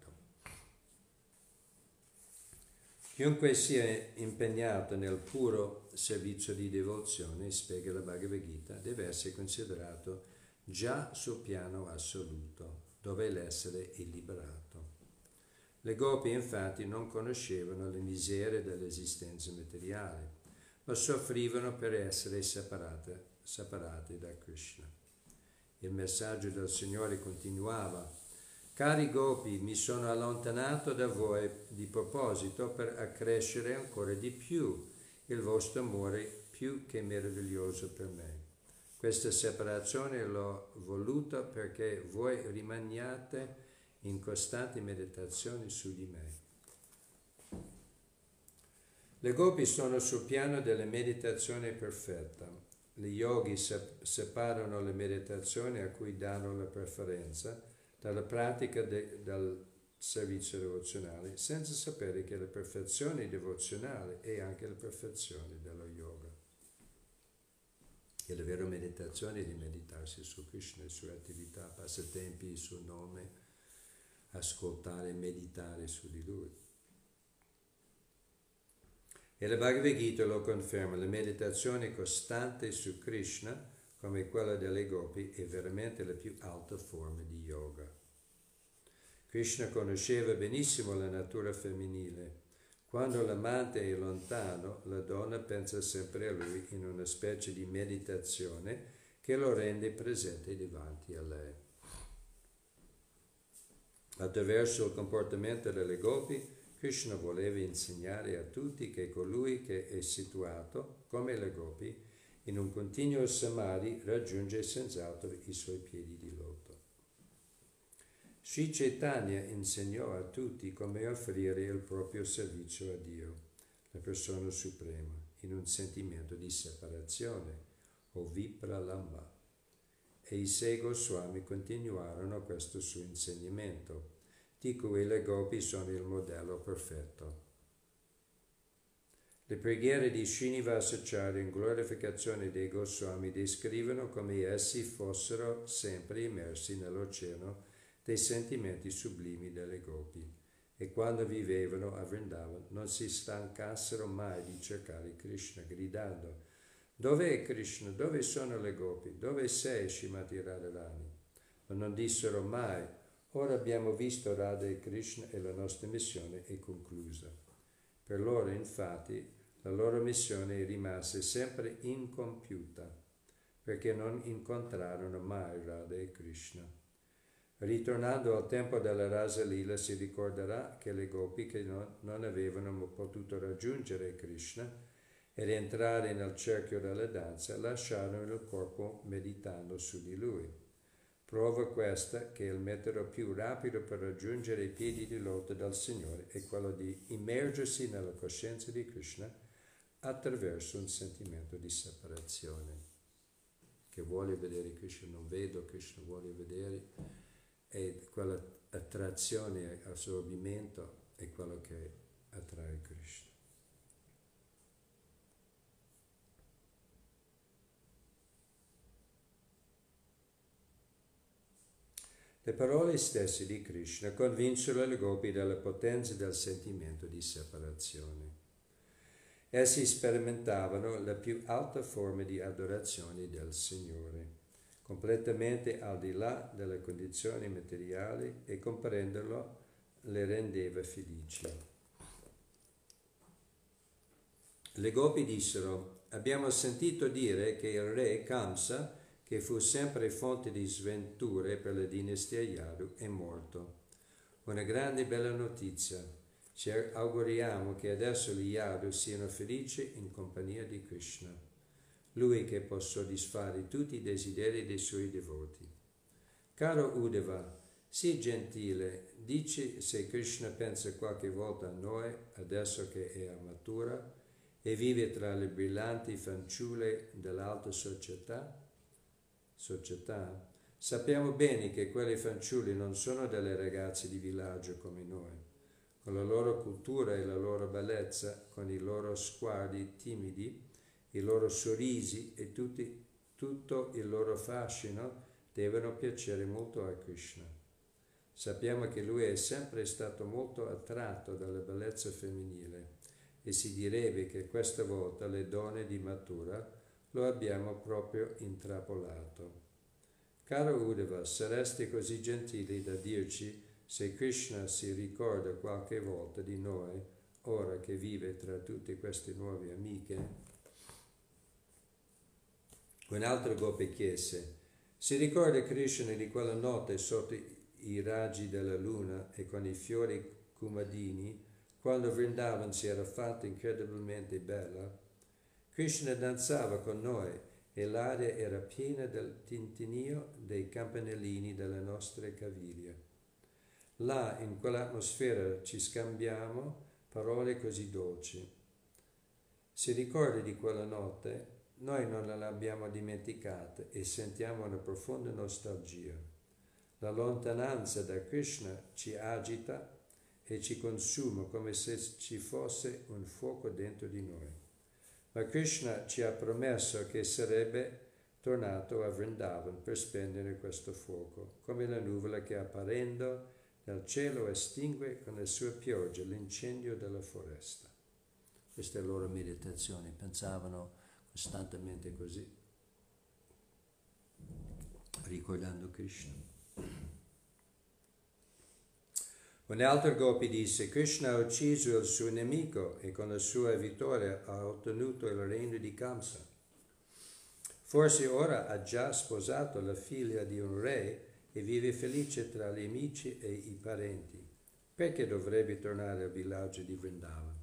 Chiunque sia impegnato nel puro servizio di devozione, spiega la Bhagavad Gita, deve essere considerato già sul piano assoluto, dove l'essere è liberato. Le gopi infatti non conoscevano le miserie dell'esistenza materiale, ma soffrivano per essere separate, separate da Krishna. Il messaggio del Signore continuava: cari gopi, mi sono allontanato da voi di proposito per accrescere ancora di più il vostro amore più che meraviglioso per me. Questa separazione l'ho voluta perché voi rimaniate in costante meditazione su di me. Le gopi sono sul piano della meditazione perfetta. Gli yogi separano la meditazione a cui danno la preferenza dalla pratica de, del servizio devozionale, senza sapere che la perfezione devozionale è anche la perfezione dello yoga. E la vera meditazione è di meditarsi su Krishna, le sue attività, passatempi, il suo nome, ascoltare e meditare su di Lui. E la Bhagavad Gita lo conferma, la meditazione costante su Krishna, come quella delle gopi, è veramente la più alta forma di yoga. Krishna conosceva benissimo la natura femminile. Quando l'amante è lontano, la donna pensa sempre a lui in una specie di meditazione che lo rende presente davanti a lei. Attraverso il comportamento delle gopi, Krishna voleva insegnare a tutti che colui che è situato, come le gopi, in un continuo samadhi raggiunge senz'altro i suoi piedi di loto. Sri Chaitanya insegnò a tutti come offrire il proprio servizio a Dio, la persona suprema, in un sentimento di separazione, o vipralamba, e i sei Goswami continuarono questo suo insegnamento, di cui le gopi sono il modello perfetto. Le preghiere di Srinivasacharya in glorificazione dei Goswami descrivono come essi fossero sempre immersi nell'oceano dei sentimenti sublimi delle gopi, e quando vivevano a Vrindavan non si stancassero mai di cercare Krishna, gridando: dove è Krishna? Dove sono le gopi? Dove sei, Srimati Radharani? Ma non dissero mai: ora abbiamo visto Radha e Krishna e la nostra missione è conclusa. Per loro, infatti, la loro missione rimase sempre incompiuta, perché non incontrarono mai Radha e Krishna. Ritornando al tempo della Rasa Lila, si ricorderà che le gopi che non, non avevano potuto raggiungere Krishna ed entrare nel cerchio della danza lasciarono il corpo meditando su di lui. Prova questa che il metodo più rapido per raggiungere i piedi di loto del Signore è quello di immergersi nella coscienza di Krishna attraverso un sentimento di separazione. Che vuole vedere Krishna, non vedo Krishna, vuole vedere, e quella attrazione, assorbimento è quello che attrae Krishna. Le parole stesse di Krishna convinsero le gopi della potenza del sentimento di separazione. Essi sperimentavano la più alta forma di adorazione del Signore, completamente al di là delle condizioni materiali, e comprenderlo le rendeva felici. Le gopi dissero: abbiamo sentito dire che il re Kamsa, che fu sempre fonte di sventure per la dinastia Yadu, è morto. Una grande bella notizia. Ci auguriamo che adesso gli Yadu siano felici in compagnia di Krishna, lui che può soddisfare tutti i desideri dei suoi devoti. Caro Uddhava, sii gentile, dici se Krishna pensa qualche volta a noi, adesso che è a Mathura e vive tra le brillanti fanciulle dell'alta società. società. Sappiamo bene che quelle fanciulle non sono delle ragazze di villaggio come noi. Con la loro cultura e la loro bellezza, con i loro sguardi timidi, i loro sorrisi e tutti, tutto il loro fascino devono piacere molto a Krishna. Sappiamo che lui è sempre stato molto attratto dalla bellezza femminile e si direbbe che questa volta le donne di Mathura lo abbiamo proprio intrappolato. Caro Uddhava, saresti così gentile da dirci se Krishna si ricorda qualche volta di noi, ora che vive tra tutte queste nuove amiche? Un altro gopi chiese: si ricorda Krishna di quella notte sotto i raggi della luna e con i fiori kumadini, quando Vrindavan si era fatta incredibilmente bella? Krishna danzava con noi e l'aria era piena del tintinnio dei campanellini delle nostre caviglie. Là, in quell'atmosfera, ci scambiamo parole così dolci. Si ricorda di quella notte? Noi non l'abbiamo dimenticata e sentiamo una profonda nostalgia. La lontananza da Krishna ci agita e ci consuma come se ci fosse un fuoco dentro di noi. Ma Krishna ci ha promesso che sarebbe tornato a Vrindavan per spegnere questo fuoco, come la nuvola che apparendo dal cielo estingue con la sua pioggia l'incendio della foresta. Questa è la loro meditazione, pensavano costantemente così, ricordando Krishna. Un altro gopi disse: Krishna ha ucciso il suo nemico e con la sua vittoria ha ottenuto il regno di Kamsa. Forse ora ha già sposato la figlia di un re e vive felice tra gli amici e i parenti. Perché dovrebbe tornare al villaggio di Vrindavan?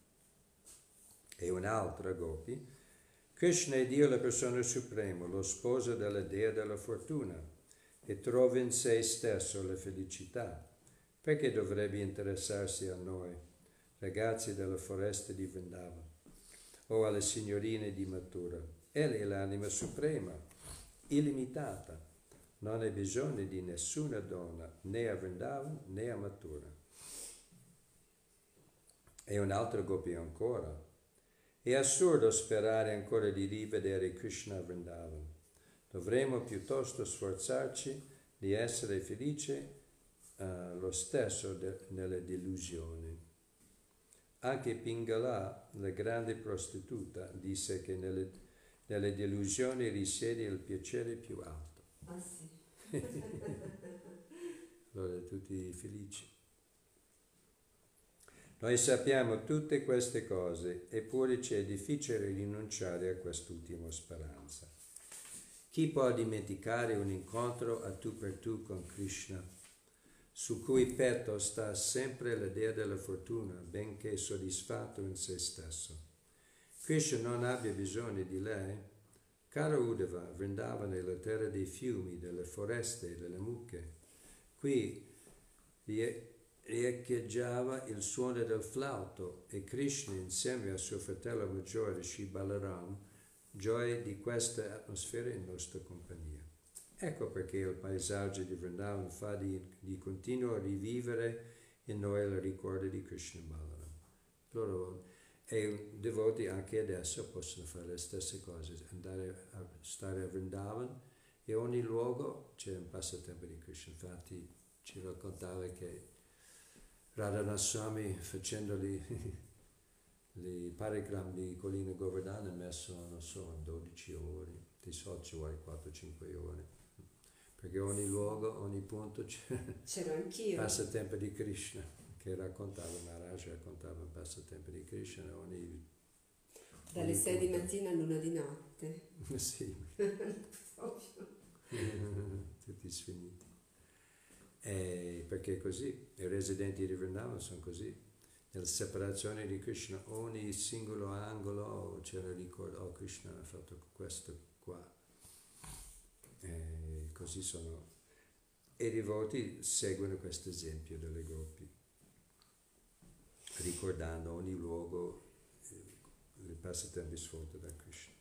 E un altro gopi: Krishna è Dio, la persona suprema, lo sposo della dea della fortuna, e trova in se stesso la felicità. Perché dovrebbe interessarsi a noi, ragazzi della foresta di Vrindavan, o alle signorine di Mathura? Egli è l'anima suprema, illimitata. Non ha bisogno di nessuna donna, né a Vrindavan né a Mathura. E un altro gopi ancora: è assurdo sperare ancora di rivedere Krishna a Vrindavan. Dovremmo piuttosto sforzarci di essere felici uh, lo stesso de- nelle delusioni. Anche Pingala, la grande prostituta, disse che nelle, nelle delusioni risiede il piacere più alto. Ah sì. Allora tutti felici. Noi sappiamo tutte queste cose, eppure ci è difficile rinunciare a quest'ultima speranza. Chi può dimenticare un incontro a tu per tu con Krishna, su cui petto sta sempre la dea della fortuna, benché soddisfatto in se stesso? Krishna non abbia bisogno di lei? Caro Uddhava, Vrindavan è la terra dei fiumi, delle foreste e delle mucche. Qui riecheggiava il suono del flauto e Krishna, insieme a suo fratello maggiore Sri Balaram, gioia di questa atmosfera in nostra compagnia. Ecco perché il paesaggio di Vrindavan fa di, di continuo rivivere in noi il ricordo di Krishna Balaram. Loro e devoti anche adesso possono fare le stesse cose, andare a stare a Vrindavan e ogni luogo c'è un passatempo di Krishna. Infatti ci raccontava che Radharani Swami, facendoli i parigram di Collina Govardhana, ha messo, non so, dodici ore, di solito ci vuole quattro cinque ore, perché ogni luogo, ogni punto c'è C'ero anch'io. passatempo di Krishna, che raccontava, Maharaj raccontava un passatempo di Krishna ogni... Dalle ogni sei di punto. mattina all'una di notte. Sì. Proprio. Tutti sfiniti. E perché così, i residenti di Vrindavan sono così, nella separazione di Krishna, ogni singolo angolo c'era il ricordo, oh Krishna ha fatto questo qua, e così sono, e i devoti seguono questo esempio delle gopi, ricordando ogni luogo il passatempo svolto da Krishna.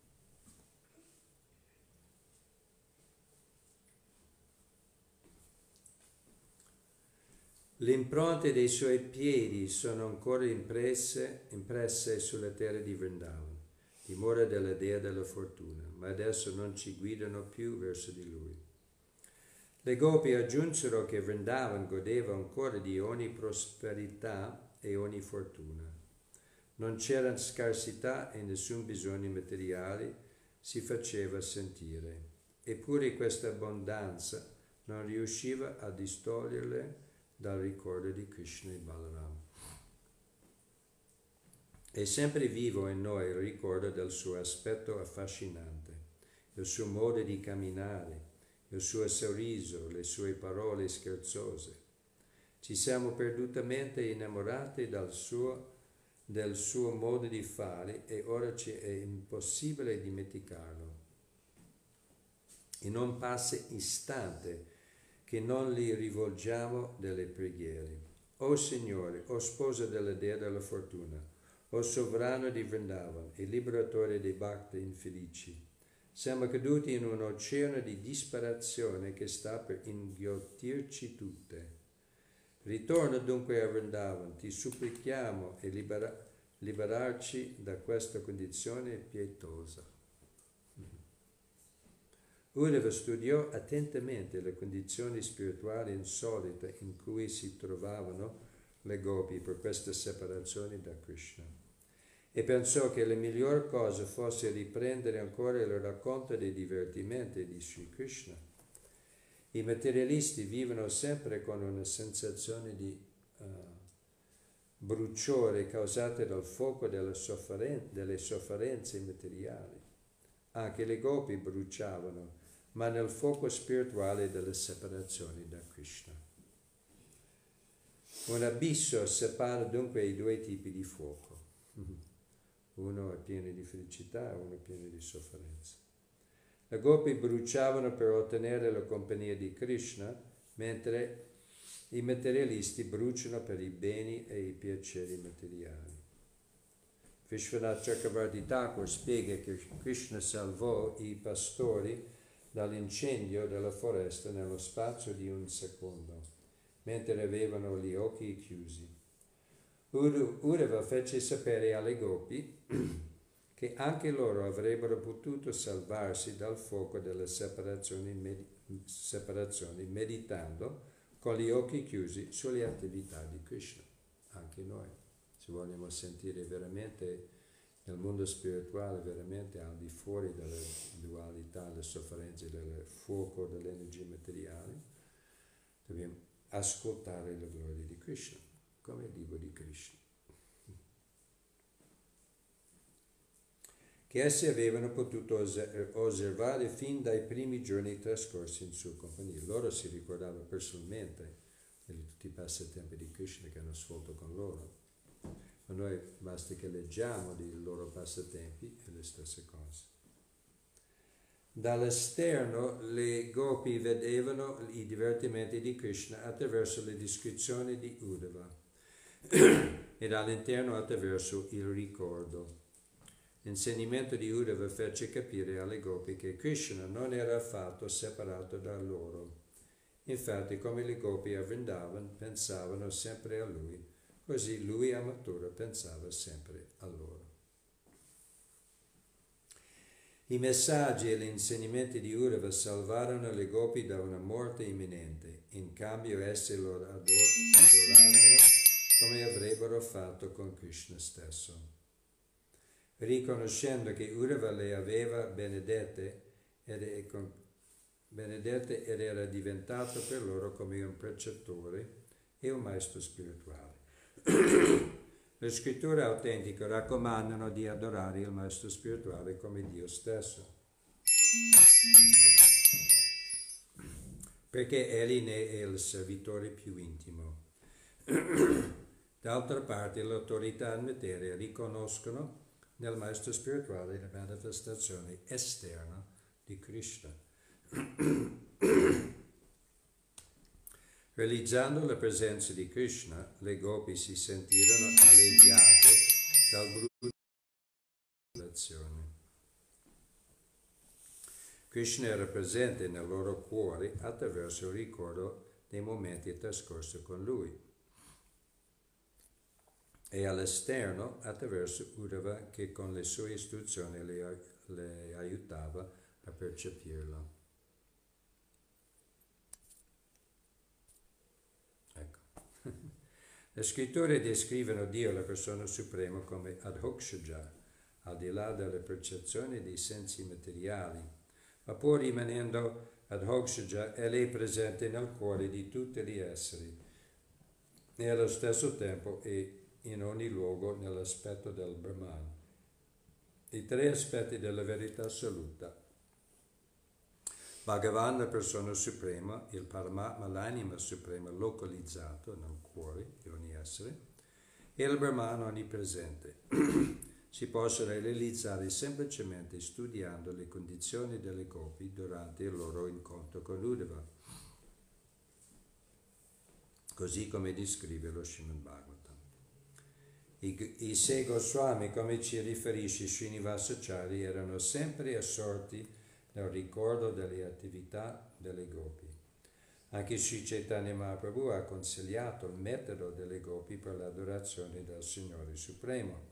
Le impronte dei suoi piedi sono ancora impresse, impresse sulla terra di Vrindavan, dimora della dea della fortuna, ma adesso non ci guidano più verso di lui. Le gopi aggiunsero che Vrindavan godeva ancora di ogni prosperità e ogni fortuna. Non c'era scarsità e nessun bisogno materiale si faceva sentire, eppure questa abbondanza non riusciva a distoglierle dal ricordo di Krishna e Balaram. È sempre vivo in noi il ricordo del suo aspetto affascinante, il suo modo di camminare, il suo sorriso, le sue parole scherzose. Ci siamo perdutamente innamorati dal suo, del suo modo di fare e ora ci è impossibile dimenticarlo. E non passa istante che non gli rivolgiamo delle preghiere. O Signore, o sposa della dea della fortuna, o sovrano di Vrindavan e liberatore dei bhakti infelici, siamo caduti in un oceano di disperazione che sta per inghiottirci tutte. Ritorna dunque a Vrindavan, ti supplichiamo e libera- liberarci da questa condizione pietosa. Uddhava studiò attentamente le condizioni spirituali insolite in cui si trovavano le gopi per questa separazione da Krishna e pensò che la miglior cosa fosse riprendere ancora il racconto dei divertimenti di Sri Krishna. I materialisti vivono sempre con una sensazione di uh, bruciore causata dal fuoco delle, sofferen- delle sofferenze materiali. Anche le gopi bruciavano, ma nel fuoco spirituale della separazione da Krishna. Un abisso separa dunque i due tipi di fuoco. Uno è pieno di felicità e uno è pieno di sofferenza. Le gopi bruciavano per ottenere la compagnia di Krishna, mentre i materialisti bruciano per i beni e i piaceri materiali. Vishwanath Chakravarti Thakur spiega che Krishna salvò i pastori dall'incendio della foresta nello spazio di un secondo, mentre avevano gli occhi chiusi. Uddhava fece sapere alle gopi che anche loro avrebbero potuto salvarsi dal fuoco della separazione, med- separazione meditando con gli occhi chiusi sulle attività di Krishna. Anche noi, se vogliamo sentire veramente nel mondo spirituale, veramente al di fuori delle dualità, le sofferenze, del fuoco, delle energie materiali, dobbiamo ascoltare la gloria di Krishna, come il libro di Krishna. Che essi avevano potuto osservare fin dai primi giorni trascorsi in sua compagnia. Loro si ricordavano personalmente di tutti i passatempi di Krishna che hanno svolto con loro. Ma noi basta che leggiamo dei loro passatempi e le stesse cose. Dall'esterno le gopi vedevano i divertimenti di Krishna attraverso le descrizioni di Uddhava e dall'interno attraverso il ricordo. L'insegnamento di Uddhava fece capire alle gopi che Krishna non era affatto separato da loro. Infatti, come le gopi a Vrindavan pensavano sempre a lui, così lui a Mathura pensava sempre a loro. I messaggi e gli insegnamenti di Uddhava salvarono le gopi da una morte imminente. In cambio esse lo ador- adorarono come avrebbero fatto con Krishna stesso. Riconoscendo che Uddhava le aveva benedette ed, con, benedette ed era diventato per loro come un precettore e un maestro spirituale. Le scritture autentiche raccomandano di adorare il maestro spirituale come Dio stesso, perché egli ne è il servitore più intimo. D'altra parte, le autorità in materia riconoscono nel maestro spirituale la manifestazione esterna di Krishna. Realizzando la presenza di Krishna, le gopi si sentirono alleviate dal brutto dell'azione. Krishna era presente nel loro cuore attraverso il ricordo dei momenti trascorsi con lui e all'esterno attraverso Uddhava che con le sue istruzioni le, le aiutava a percepirlo. Ecco. Le scritture descrivono Dio, la persona suprema, come Adhokshaja, al di là delle percezioni dei sensi materiali, ma pur rimanendo Adhokshaja, egli è presente nel cuore di tutti gli esseri e allo stesso tempo è in ogni luogo nell'aspetto del Brahman. I tre aspetti della verità assoluta. Bhagavan, la persona suprema, il Paramatma, l'anima suprema localizzato nel cuore di ogni essere, e il Brahman onnipresente. Si possono realizzare semplicemente studiando le condizioni delle gopi durante il loro incontro con Uddhava, così come descrive lo Srimad Bhagavatam. I, i sei Goswami, come ci riferisce Srinivasacharya, erano sempre assorti nel ricordo delle attività delle gopi. Anche Sri Chaitanya Mahaprabhu ha consigliato il metodo delle gopi per l'adorazione del Signore Supremo,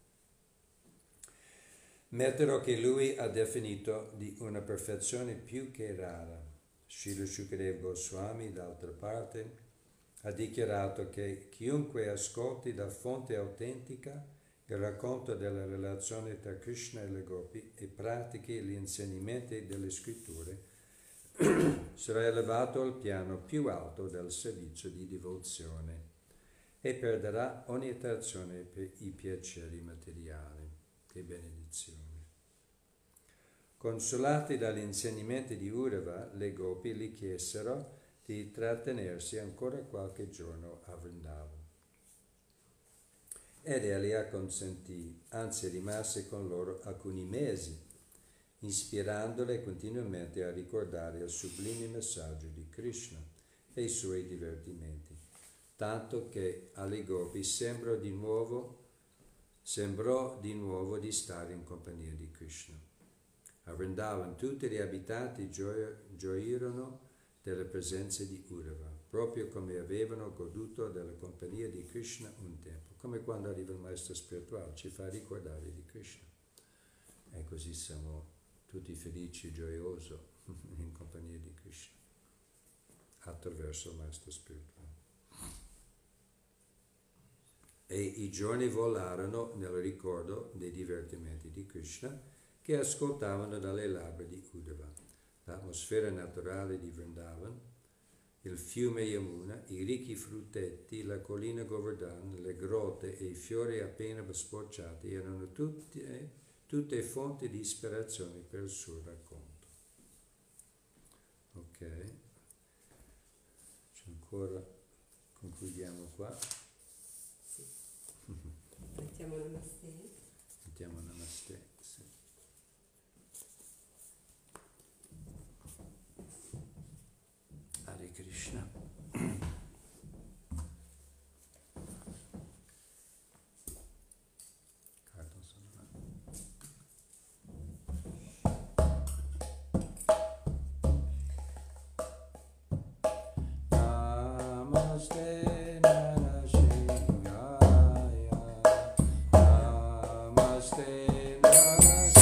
metodo che lui ha definito di una perfezione più che rara. Srila Shukadeva Goswami, d'altra parte, ha dichiarato che chiunque ascolti da fonte autentica il racconto della relazione tra Krishna e le gopi e pratichi gli insegnamenti delle scritture sarà elevato al piano più alto del servizio di devozione e perderà ogni attrazione per i piaceri materiali. Che benedizione! Consolati dagli insegnamenti di Uddhava, le gopi gli chiesero di trattenersi ancora qualche giorno a Vrindavan. Ed egli acconsentì, anzi rimase con loro alcuni mesi, ispirandole continuamente a ricordare il sublime messaggio di Krishna e i suoi divertimenti, tanto che alle gopi sembrò di nuovo, sembrò di nuovo di stare in compagnia di Krishna. A Vrindavan tutti gli abitanti gio- gioirono della presenza di Uddhava, proprio come avevano goduto della compagnia di Krishna un tempo, come quando arriva il maestro spirituale, ci fa ricordare di Krishna. E così siamo tutti felici e gioiosi in compagnia di Krishna. attraverso il maestro spirituale. E i giorni volarono nel ricordo dei divertimenti di Krishna che ascoltavano dalle labbra di Uddhava. L'atmosfera naturale di Vrindavan, il fiume Yamuna, i ricchi frutteti, la collina Govardhan, le grotte e i fiori appena sporciati erano tutte, tutte fonti di ispirazione per il suo racconto. Ok, c'è ancora, concludiamo qua. Sì. Mettiamo Namaste. Mettiamo Namaste, sì. Hare Krishna. Carton sono là. Namaste Narashingaya. Namaste Narashingaya.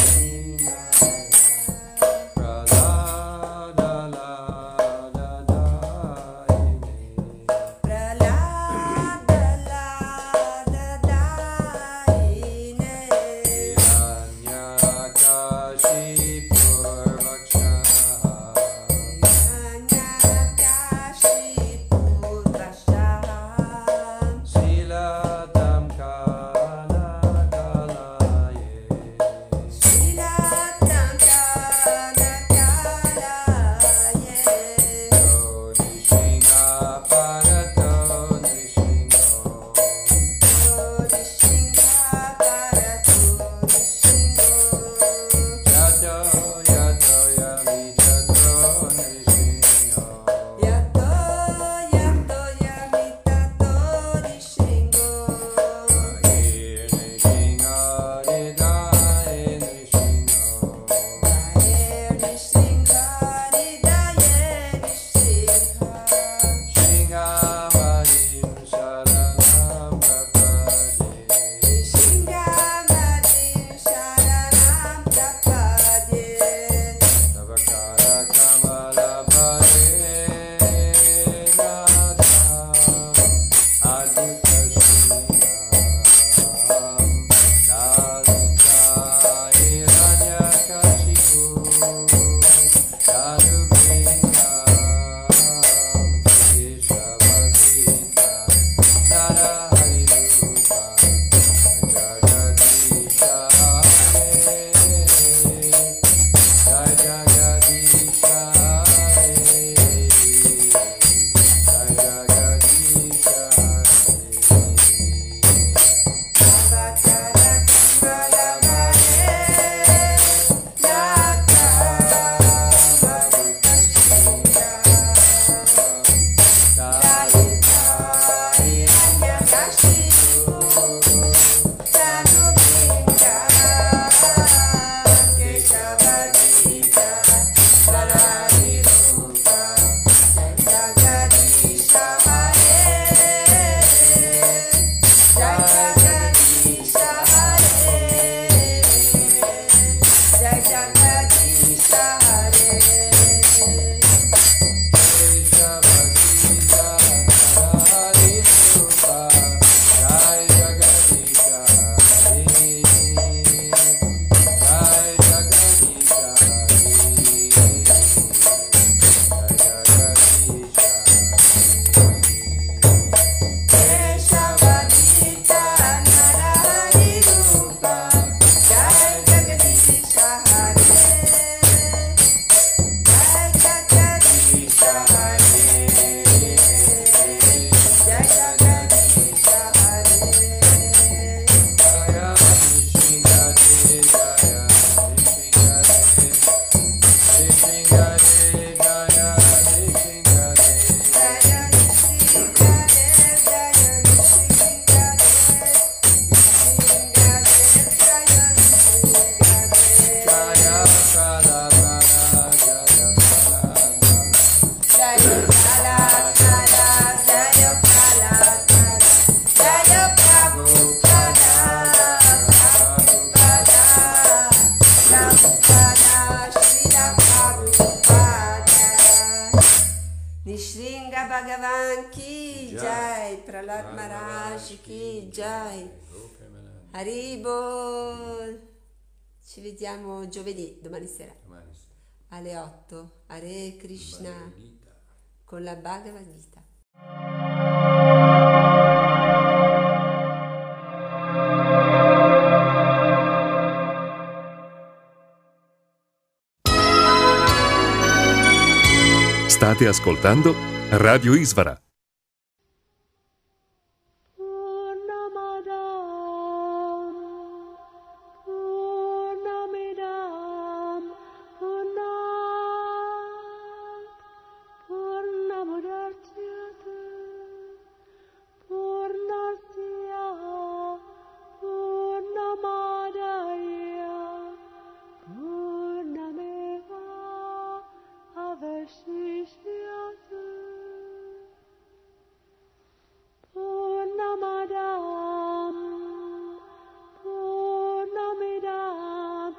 Bhagavan ki Jai. jai, Prahlad Prahlad Maharaj ki jai. Go Premanand. Haribol. Ci vediamo giovedì, domani sera, Domani sera. alle otto. Hare Krishna Bhagavad Gita. con la Bhagavad Gita. State ascoltando Radio Isvara. Purnamadam Purnamidam Purnat Purnamudachyate Purnasya Purnamadaya Purnameva Avashishyate Purnamadam Purnamidam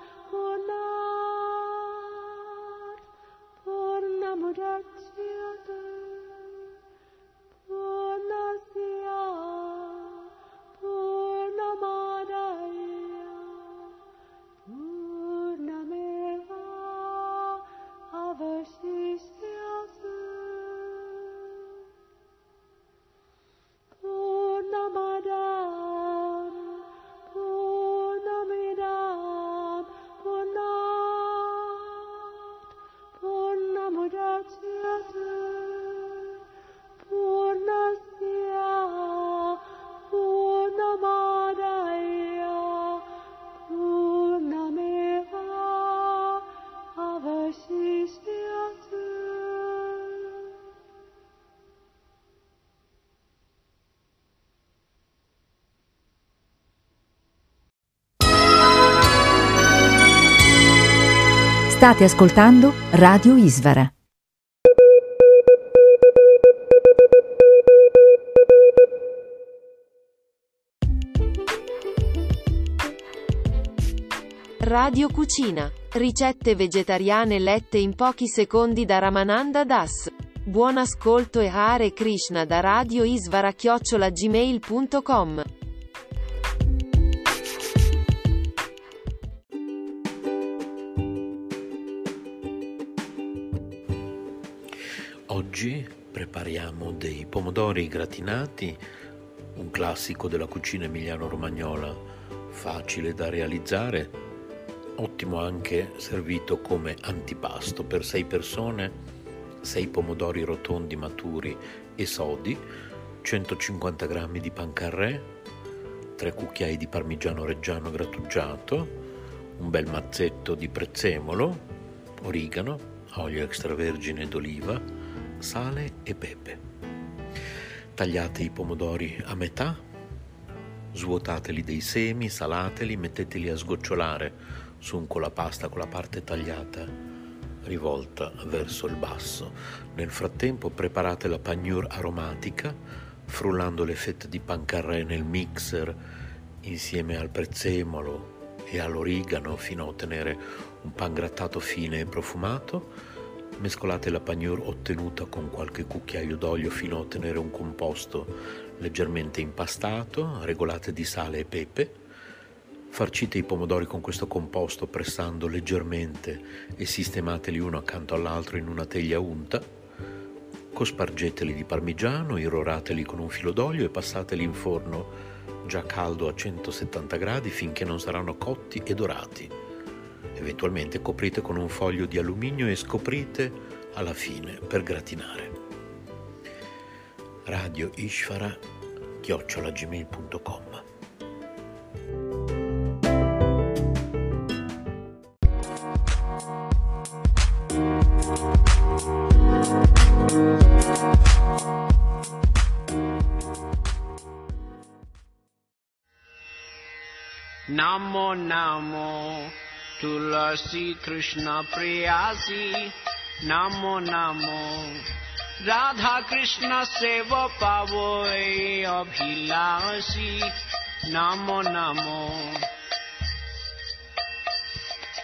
Purnat Purnamudachyate Purnasya Purnamadaya Purnameva Avashishyate Purnamadam Purnamidam Purnat Purnamudachyate Purnasya Purnamadaya Purnameva Avashishyate. State ascoltando Radio Isvara. Radio Cucina. Ricette vegetariane lette in pochi secondi da Ramananda Das. Buon ascolto e Hare Krishna da Radio Isvara chiocciola gmail punto com. Oggi prepariamo dei pomodori gratinati, un classico della cucina emiliano-romagnola, facile da realizzare, ottimo anche servito come antipasto per sei persone, sei pomodori rotondi maturi e sodi, centocinquanta grammi di pancarré, tre cucchiai di parmigiano reggiano grattugiato, un bel mazzetto di prezzemolo, origano, olio extravergine d'oliva, sale e pepe. Tagliate i pomodori a metà, svuotateli dei semi, salateli, metteteli a sgocciolare su un colapasta con la parte tagliata rivolta verso il basso. Nel frattempo preparate la panure aromatica, frullando le fette di pancarré nel mixer insieme al prezzemolo e all'origano fino a ottenere un pan grattato fine e profumato. Mescolate la panure ottenuta con qualche cucchiaio d'olio fino a ottenere un composto leggermente impastato, regolate di sale e pepe. Farcite i pomodori con questo composto pressando leggermente e sistemateli uno accanto all'altro in una teglia unta. Cospargeteli di parmigiano, irrorateli con un filo d'olio e passateli in forno già caldo a centosettanta gradi finché non saranno cotti e dorati. Eventualmente coprite con un foglio di alluminio e scoprite alla fine per gratinare. Radio Isvara chiocciola gmail punto com. Namo Namo Tulasi Krishna Priyasi Namo Namo Radha Krishna Seva Pavoy Abhilasi Namo Namo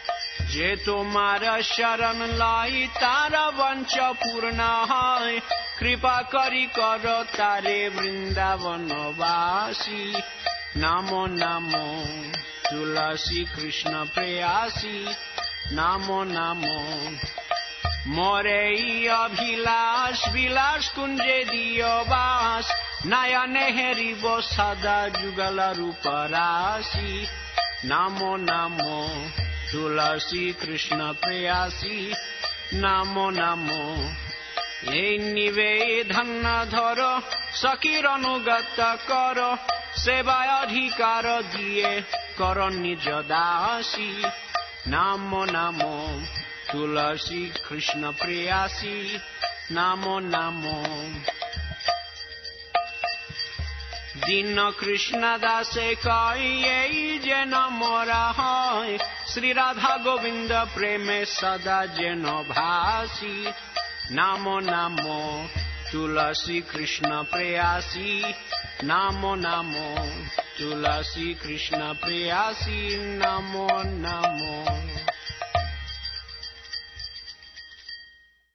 Je tumhara sharan lai tara vancha purna hai কৃপা করি কর তারে বৃন্দাবনবাসী নামো নামো তুলসী কৃষ্ণ প্রেয়াসী নামো নামো মোরে অভিলাষ বিলাস কুঞ্জে দিও বাস নয়নে হেরিব সদা যুগল রূপ রাশি নামো নামো তুলসী কৃষ্ণ প্রেয়াসী নামো নামো এই নিবেদন ধর সখীর অনুগত কর সেবায় অধিকার দিয়ে কর নিজ দাসী নামো নামো তুলসী কৃষ্ণ প্রেয়াসী নামো নামো দীন কৃষ্ণ দাসে কয় এই যেন মোরা হয় শ্রী রাধা গোবিন্দ প্রেমে সদা যেন ভাসি নামো নামো তুলসী কৃষ্ণ প্রেয়াসী নামো নামো তুলসী কৃষ্ণ প্রেয়াসী নামো নামো